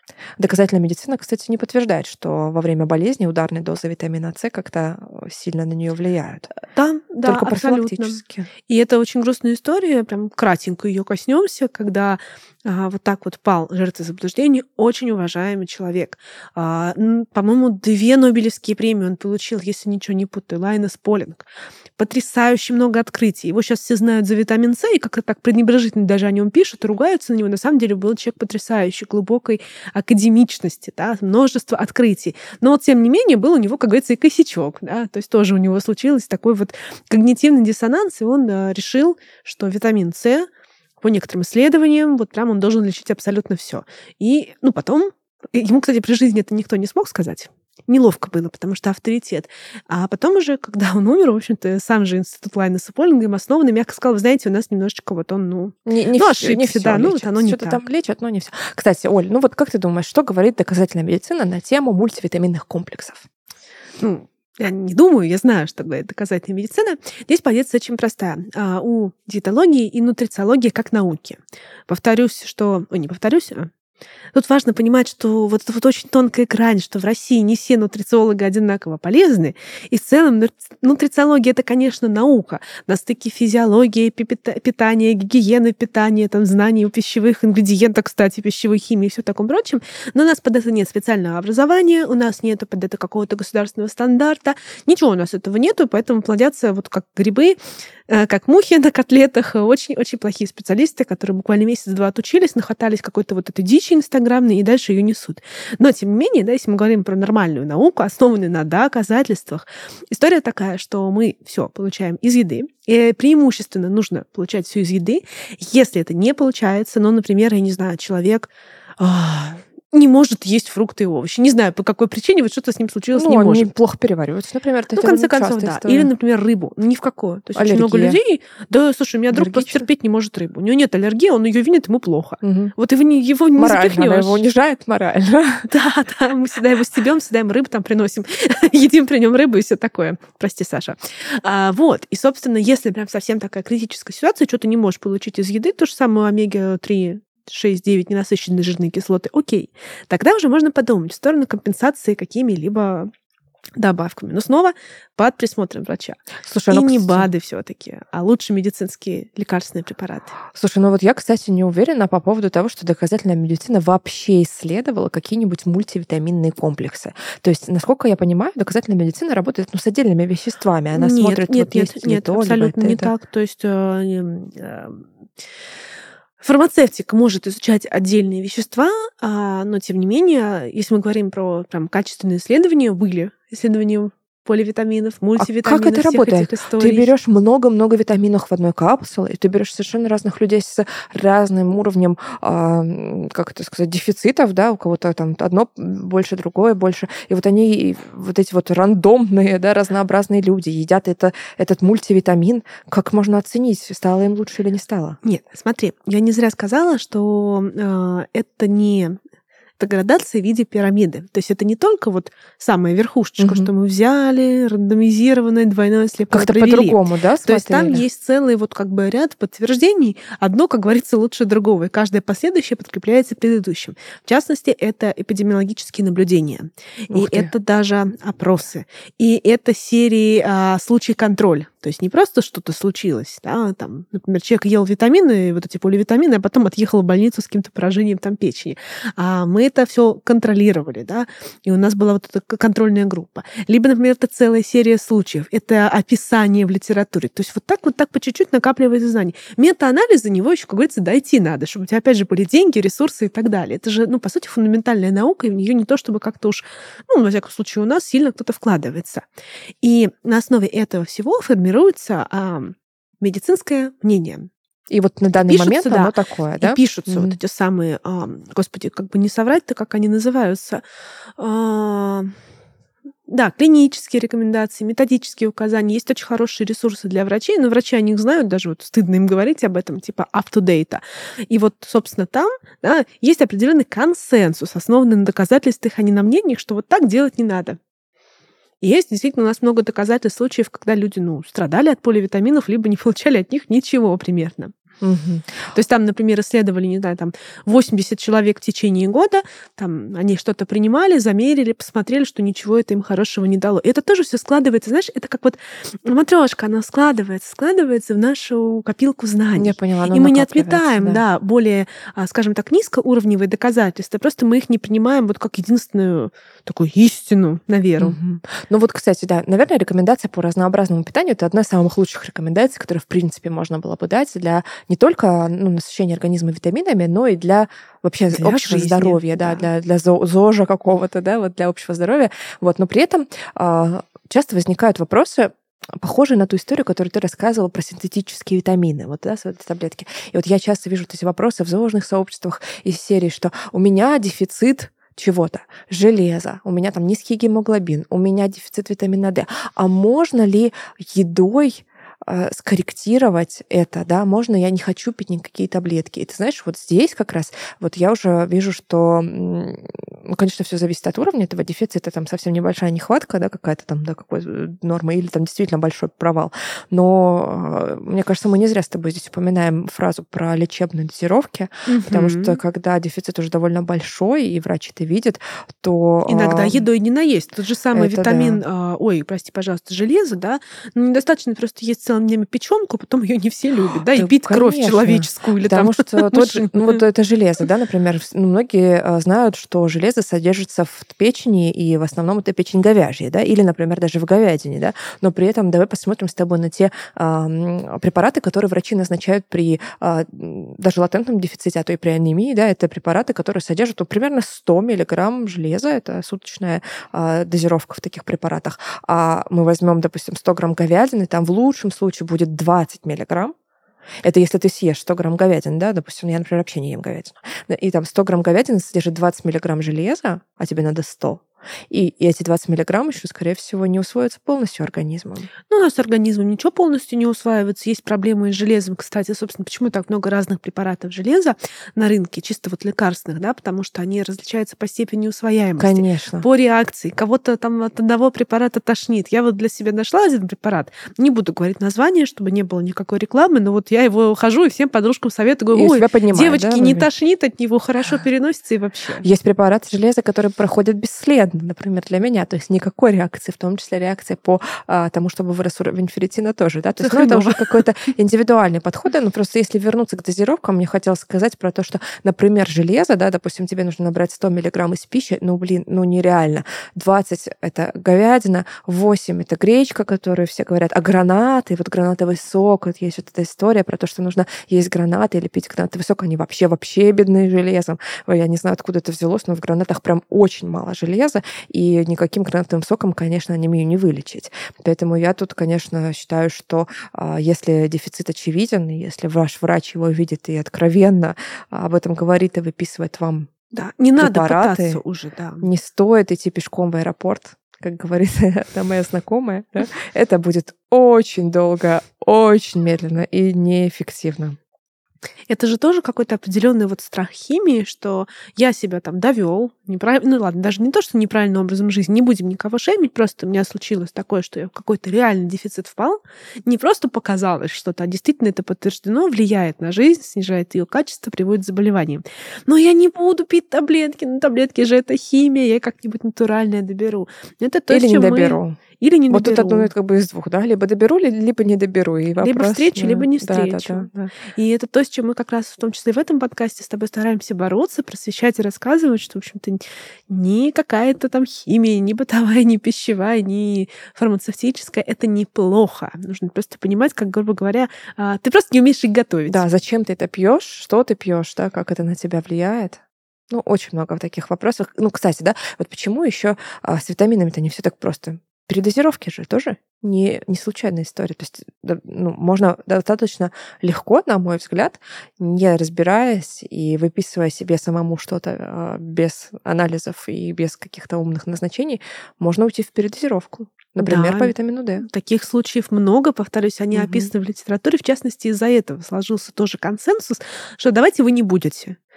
Доказательная медицина, кстати, не подтверждает, что во время болезни ударные дозы витамина С как-то сильно на нее влияют. Да, Только абсолютно. профилактически. И это очень грустная история, прям кратенько ее коснемся, когда вот так вот пал жертвой заблуждений очень уважаемый человек. По-моему, 2 Нобелевские премии он получил, если ничего не путаю, Лайнес Полинг. Потрясающе много открытий. Его сейчас все знают за витамин С, и как-то так пренебрежительно даже о нем пишут, ругаются на него. На самом деле был человек потрясающий, глубокой академичности, да, множество открытий. Но вот, тем не менее, был у него, как говорится, и косячок. Да, то есть тоже у него случилось такой вот когнитивный диссонанс, и он решил, что витамин С по некоторым исследованиям вот прям он должен лечить абсолютно все. И, потом, ему, кстати, при жизни это никто не смог сказать. Неловко было, потому что авторитет. А потом уже, когда он умер, в общем-то, сам же институт Лайнеса Полинга им основанный, мягко сказал, вы знаете, у нас немножечко вот он, ошибся, да, вот оно не Что-то так. там лечат, но не все. Кстати, Оль, вот как ты думаешь, что говорит доказательная медицина на тему мультивитаминных комплексов? Я не думаю, я знаю, что говорит доказательная медицина. Здесь позиция очень простая. У диетологии и нутрициологии как науки. Тут важно понимать, что вот это вот очень тонкая грань, что в России не все нутрициологи одинаково полезны. И в целом нутрициология — это, конечно, наука. На стыке физиологии, питания, гигиены питания, там, знаний о пищевых ингредиентах, кстати, пищевой химии и все таком прочем. Но у нас под это нет специального образования, у нас нет под это какого-то государственного стандарта. Ничего у нас этого нету, поэтому плодятся вот как грибы, как мухи на котлетах, очень-очень плохие специалисты, которые буквально месяц-два отучились, нахватались какой-то вот этой дичи инстаграмной и дальше ее несут. Но, тем не менее, да, если мы говорим про нормальную науку, основанную на доказательствах, история такая, что мы все получаем из еды, и преимущественно нужно получать все из еды. Если это не получается, например, я не знаю, человек не может есть фрукты и овощи. Не знаю, по какой причине, вот что-то с ним случилось, не может. Он плохо переваривается, например. В конце концов, да. Или, например, рыбу. Ни в какую. То есть очень много людей... Да, слушай, у меня друг просто терпеть не может рыбу. У него нет аллергии, он ее видит, ему плохо. Вот его не запихнешь. Она его унижает морально. Да, мы всегда его стебем, всегда ему рыбу там приносим, едим при нем рыбу и все такое. Прости, Саша. И, собственно, если прям совсем такая критическая ситуация, что ты не можешь получить из еды, то же самое омега-3, 6-9 ненасыщенные жирные кислоты, окей. Тогда уже можно подумать в сторону компенсации какими-либо добавками. Но снова под присмотром врача. Слушай, и не БАДы все-таки, а лучше медицинские лекарственные препараты. Слушай, я, кстати, не уверена по поводу того, что доказательная медицина вообще исследовала какие-нибудь мультивитаминные комплексы. То есть, насколько я понимаю, доказательная медицина работает с отдельными веществами. Она смотрит, нет, абсолютно не так. То есть фармацевтика может изучать отдельные вещества, но, тем не менее, если мы говорим про прям качественные исследования, были исследования поливитаминов, мультивитаминов, как это всех работает? этих историй. Ты берешь много-много витаминов в одной капсуле, и ты берешь совершенно разных людей с разным уровнем, дефицитов, да, у кого-то там одно больше, другое больше. И вот они, вот эти вот рандомные, да, разнообразные люди едят этот мультивитамин. Как можно оценить, стало им лучше или не стало? Нет, смотри, я не зря сказала, что это не... Это градация в виде пирамиды. То есть это не только вот самая верхушечка, что мы взяли, рандомизированное, двойное слепое как-то провели. По-другому, да, смотрели? То есть там есть целый ряд подтверждений. Одно, как говорится, лучше другого. И каждое последующее подкрепляется предыдущим. В частности, это эпидемиологические наблюдения. И это даже опросы. И это серии случай-контроль. То есть не просто что-то случилось, да, там, например, человек ел витамины, вот эти поливитамины, а потом отъехал в больницу с каким-то поражением там печени. А мы это все контролировали, да, и у нас была вот эта контрольная группа. Либо, например, это целая серия случаев, это описание в литературе. То есть вот так по чуть-чуть накапливается знание. Мета-анализ за него еще, как говорится, дойти надо, чтобы у тебя, опять же, были деньги, ресурсы и так далее. Это же, по сути, фундаментальная наука, и в нее не то, чтобы как-то уж, во всяком случае, у нас сильно кто-то вкладывается. И на основе этого всего формируется медицинское мнение. И вот на данный момент оно такое, да? И пишутся вот эти самые, господи, как бы не соврать-то, как они называются, клинические рекомендации, методические указания. Есть очень хорошие ресурсы для врачей, но врачи о них знают, даже вот стыдно им говорить об этом, типа up-to-date. И вот, собственно, там есть определенный консенсус, основанный на доказательствах, а не на мнениях, что вот так делать не надо. И есть действительно у нас много доказательств случаев, когда люди, страдали от поливитаминов, либо не получали от них ничего примерно. То есть там, например, исследовали, не знаю, там 80 человек в течение года, там они что-то принимали, замерили, посмотрели, что ничего это им хорошего не дало. И это тоже все складывается, знаешь, это как вот матрешка, она складывается в нашу копилку знаний. Я поняла, и мы не отметаем, более, скажем так, низкоуровневые доказательства, просто мы их не принимаем вот как единственную такую истину на веру. Ну вот, кстати, да, наверное, рекомендация по разнообразному питанию — это одна из самых лучших рекомендаций, которые, в принципе, можно было бы дать для не только насыщения организма витаминами, но и для вообще для общего жизни, здоровья, да, для ЗОЖа какого-то, да, вот для общего здоровья. Вот, но при этом часто возникают вопросы, похожие на ту историю, которую ты рассказывала про синтетические витамины, вот, да, таблетки. И вот я часто вижу эти вопросы в ЗОЖных сообществах из серии, что у меня дефицит чего-то, железа, у меня там низкий гемоглобин, у меня дефицит витамина D. А можно ли едой скорректировать это, да, можно, я не хочу пить никакие таблетки. И ты знаешь, вот здесь как раз, вот я уже вижу, что, конечно, все зависит от уровня этого дефицита, там совсем небольшая нехватка, да, какая-то там, да, какой нормы, или там действительно большой провал. Но мне кажется, мы не зря с тобой здесь упоминаем фразу про лечебные дозировки, потому что когда дефицит уже довольно большой, и врач это видит, то... Иногда едой не наесть. Тот же самый витамин, прости, пожалуйста, железо, да, недостаточно просто есть целыми днями печенку, потом ее не все любят, да, и пить кровь человеческую. Или потому там, что вот это железо, да, например, многие знают, что железо содержится в печени, и в основном это печень говяжья, да, или, например, даже в говядине, да, но при этом давай посмотрим с тобой на те препараты, которые врачи назначают при даже латентном дефиците, а то и при анемии, да, это препараты, которые содержат примерно 100 миллиграмм железа, это суточная дозировка в таких препаратах. А мы возьмем, допустим, 100 грамм говядины, там в лучшем случае будет 20 миллиграмм. Это если ты съешь 100 грамм говядины, да, допустим, я, например, вообще не ем говядину. И там 100 грамм говядины содержит 20 миллиграмм железа, а тебе надо 100. И эти 20 миллиграмм еще, скорее всего, не усвоятся полностью организмом. Ну, у нас организмом ничего полностью не усваивается. Есть проблемы с железом, кстати. Собственно, почему так много разных препаратов железа на рынке, чисто вот лекарственных, да, потому что они различаются по степени усвояемости. Конечно. По реакции. Кого-то там от одного препарата тошнит. Я вот для себя нашла один препарат. Не буду говорить название, чтобы не было никакой рекламы, но вот я его хожу и всем подружкам советую. Говорю, девочки, не тошнит от него, хорошо переносится и вообще. Есть препараты железа, которые проходят бесследно, например, для меня. То есть никакой реакции, в том числе реакция по тому, чтобы вырос уровень ферритина тоже. Да? То есть это уже какой-то индивидуальный подход. Но просто если вернуться к дозировкам, мне хотелось сказать про то, что, например, железо, да, допустим, тебе нужно набрать 100 миллиграмм из пищи, нереально. 20 — это говядина, 8 — это гречка, которую все говорят, а гранаты, вот гранатовый сок, вот есть вот эта история про то, что нужно есть гранаты или пить гранатовый сок, они вообще бедные железом. Я не знаю, откуда это взялось, но в гранатах прям очень мало железа, и никаким гранатовым соком, конечно, анемию не вылечить. Поэтому я тут, конечно, считаю, что если дефицит очевиден, если ваш врач его видит и откровенно об этом говорит и выписывает вам не надо пытаться уже, да. Не стоит идти пешком в аэропорт, как говорит одна моя знакомая. Да? Это будет очень долго, очень медленно и неэффективно. Это же тоже какой-то определенный вот страх химии, что я себя там довел неправильно, ладно, даже не то, что неправильным образом жизни, не будем никого шеймить, просто у меня случилось такое, что я в какой-то реальный дефицит впал, не просто показалось что-то, а действительно это подтверждено, влияет на жизнь, снижает ее качество, приводит к заболеваниям. Но я не буду пить таблетки, таблетки же это химия, я как-нибудь натуральное доберу. Это то, или не доберу. Или не вот доберу. Вот тут одно из двух, да? Либо доберу, либо не доберу. И вопрос, либо встречу, либо не встречу. Да. И это то, с чем мы как раз в том числе в этом подкасте с тобой стараемся бороться, просвещать и рассказывать, что, в общем-то, ни какая-то там химия, ни бытовая, ни пищевая, ни фармацевтическая — это неплохо. Нужно просто понимать, как, грубо говоря, ты просто не умеешь их готовить. Да, зачем ты это пьешь, что ты пьешь, да, как это на тебя влияет. Очень много таких вопросов. Кстати, да, вот почему еще с витаминами-то не все так просто? Передозировки же тоже не случайная история. То есть можно достаточно легко, на мой взгляд, не разбираясь и выписывая себе самому что-то без анализов и без каких-то умных назначений, можно уйти в передозировку. Например, по витамину D. Таких случаев много, повторюсь, они описаны в литературе. В частности, из-за этого сложился тоже консенсус, что давайте вы не будете.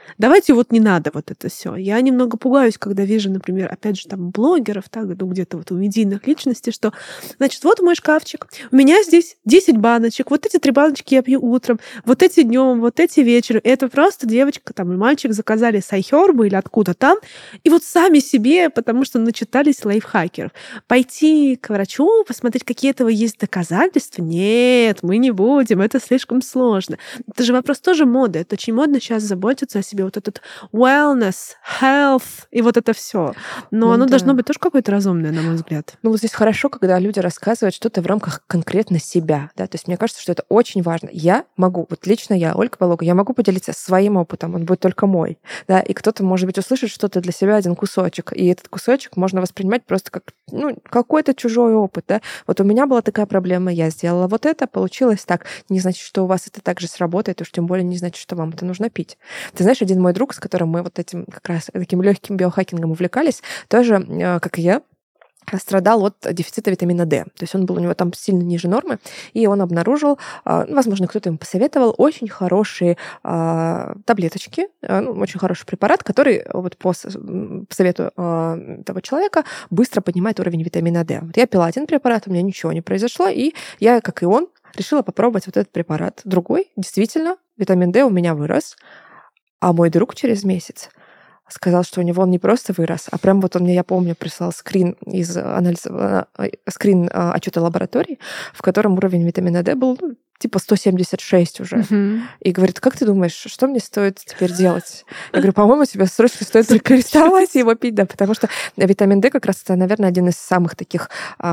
Давайте вот не надо вот это все. Я немного пугаюсь, когда вижу, например, опять же, там, блогеров, так, ну, где-то вот у медийных личностей, что, значит, вот мой шкафчик, у меня здесь 10 баночек, вот эти 3 баночки я пью утром, вот эти днем, вот эти вечером. И это просто девочка там и мальчик заказали с iHerb или откуда там, и вот сами себе, потому что начитались лайфхакеров. Пойти к врачу, посмотреть, какие этого есть доказательства? Нет, мы не будем, это слишком сложно. Это же вопрос тоже моды. Это очень модно сейчас заботиться о себе. Вот этот wellness, health и вот это все. Но Ну оно да. должно быть тоже какое-то разумное, на мой взгляд. Ну, вот здесь хорошо, когда люди рассказывают что-то в рамках конкретно себя, да, то есть мне кажется, что это очень важно. Я могу, вот лично я, Ольга Болога, я могу поделиться своим опытом, он будет только мой, да, и кто-то, может быть, услышит что-то для себя, один кусочек, и этот кусочек можно воспринимать просто как, ну, какой-то чужой опыт, да. Вот у меня была такая проблема, я сделала вот это, получилось так. Не значит, что у вас это также сработает, уж тем более не значит, что вам это нужно пить. Ты знаешь, один мой друг, с которым мы вот этим как раз таким легким биохакингом увлекались, тоже, как и я, страдал от дефицита витамина D. То есть он был у него там сильно ниже нормы, и он обнаружил, возможно, кто-то ему посоветовал, очень хорошие таблеточки, очень хороший препарат, который вот по совету того человека быстро поднимает уровень витамина D. Вот я пила один препарат, у меня ничего не произошло, и я, как и он, решила попробовать вот этот препарат. Другой, действительно, витамин D у меня вырос, а мой друг через месяц сказал, что у него он не просто вырос, а прям вот он мне, я помню, прислал скрин из анализа, скрин отчета лаборатории, в котором уровень витамина D был типа 176 уже. И говорит, как ты думаешь, что мне стоит теперь делать? Я говорю, по-моему, тебе срочно стоит рекомендовать его пить, да, потому что витамин D как раз это, наверное, один из самых таких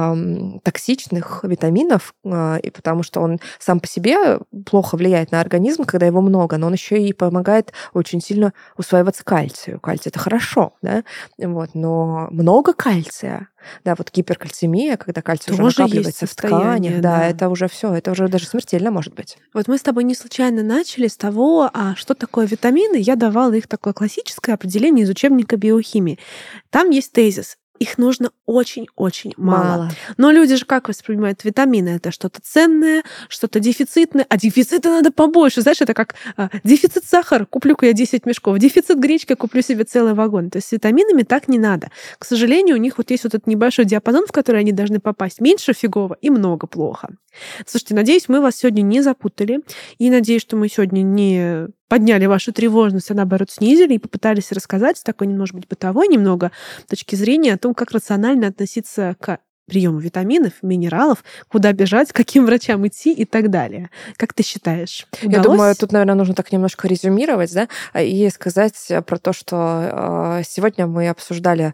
токсичных витаминов, и потому что он сам по себе плохо влияет на организм, когда его много, но он еще и помогает очень сильно усваиваться кальцию. Кальций — это хорошо, да, вот, но много кальция, да, вот гиперкальцемия, когда кальций уже накапливается в тканях, да, это уже все, это уже даже смертельно может быть. Вот мы с тобой не случайно начали с того, что такое витамины. Я давала их такое классическое определение из учебника биохимии. Там есть тезис. Их нужно очень-очень мало. Но люди же как воспринимают витамины? Это что-то ценное, что-то дефицитное, а дефицита надо побольше. Знаешь, это как дефицит сахара, куплю-ка я 10 мешков, дефицит гречки, куплю себе целый вагон. То есть с витаминами так не надо. К сожалению, у них вот есть вот этот небольшой диапазон, в который они должны попасть. Меньше фигово и много плохо. Слушайте, надеюсь, мы вас сегодня не запутали. И надеюсь, что мы сегодня не подняли вашу тревожность, а наоборот снизили и попытались рассказать с такой, может быть, бытовой немного точки зрения о том, как рационально относиться к приему витаминов, минералов, куда бежать, к каким врачам идти и так далее. Как ты считаешь? Удалось? Я думаю, тут, наверное, нужно так немножко резюмировать, да, и сказать про то, что сегодня мы обсуждали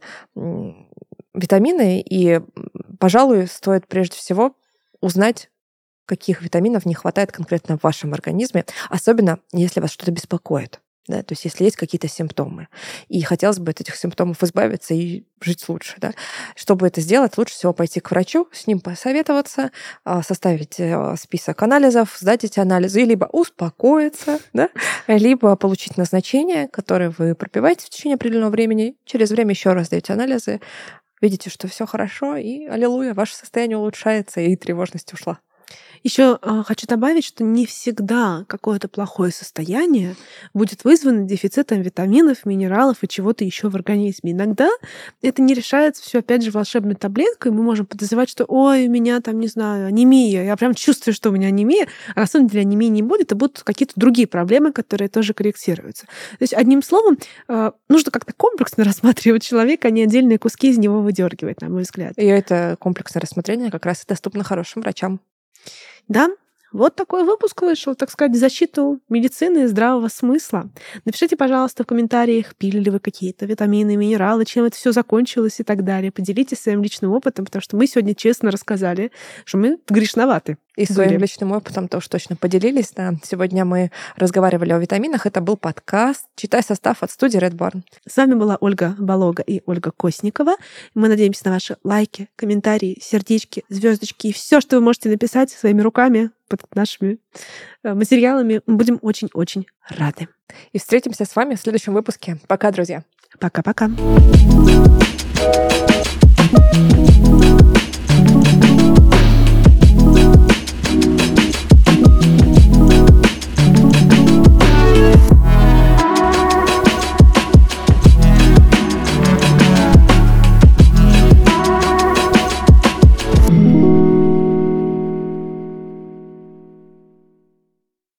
витамины, и, пожалуй, стоит прежде всего узнать, каких витаминов не хватает конкретно в вашем организме, особенно если вас что-то беспокоит. Да? То есть если есть какие-то симптомы. И хотелось бы от этих симптомов избавиться и жить лучше. Да? Чтобы это сделать, лучше всего пойти к врачу, с ним посоветоваться, составить список анализов, сдать эти анализы, и либо успокоиться, да? Либо получить назначение, которое вы пропиваете в течение определенного времени, через время еще раз сдаете анализы, видите, что все хорошо, и аллилуйя, ваше состояние улучшается, и тревожность ушла. Еще хочу добавить, что не всегда какое-то плохое состояние будет вызвано дефицитом витаминов, минералов и чего-то еще в организме. Иногда это не решается все опять же волшебной таблеткой. Мы можем подозревать, что ой, у меня там, не знаю, анемия. Я прям чувствую, что у меня анемия. А на самом деле анемии не будет, и будут какие-то другие проблемы, которые тоже корректируются. То есть, одним словом, нужно как-то комплексно рассматривать человека, а не отдельные куски из него выдергивать, на мой взгляд. И это комплексное рассмотрение как раз и доступно хорошим врачам. Да, вот такой выпуск вышел, так сказать, в защиту медицины и здравого смысла. Напишите, пожалуйста, в комментариях, пили ли вы какие-то витамины, минералы, чем это все закончилось и так далее. Поделитесь своим личным опытом, потому что мы сегодня честно рассказали, что мы грешноваты. И своим личным опытом тоже точно поделились. Да. Сегодня мы разговаривали о витаминах. Это был подкаст «Читай состав» от студии Red Barn. С вами была Ольга Болога и Ольга Косникова. Мы надеемся на ваши лайки, комментарии, сердечки, звездочки и все, что вы можете написать своими руками под нашими материалами. Мы будем очень-очень рады. И встретимся с вами в следующем выпуске. Пока, друзья. Пока-пока.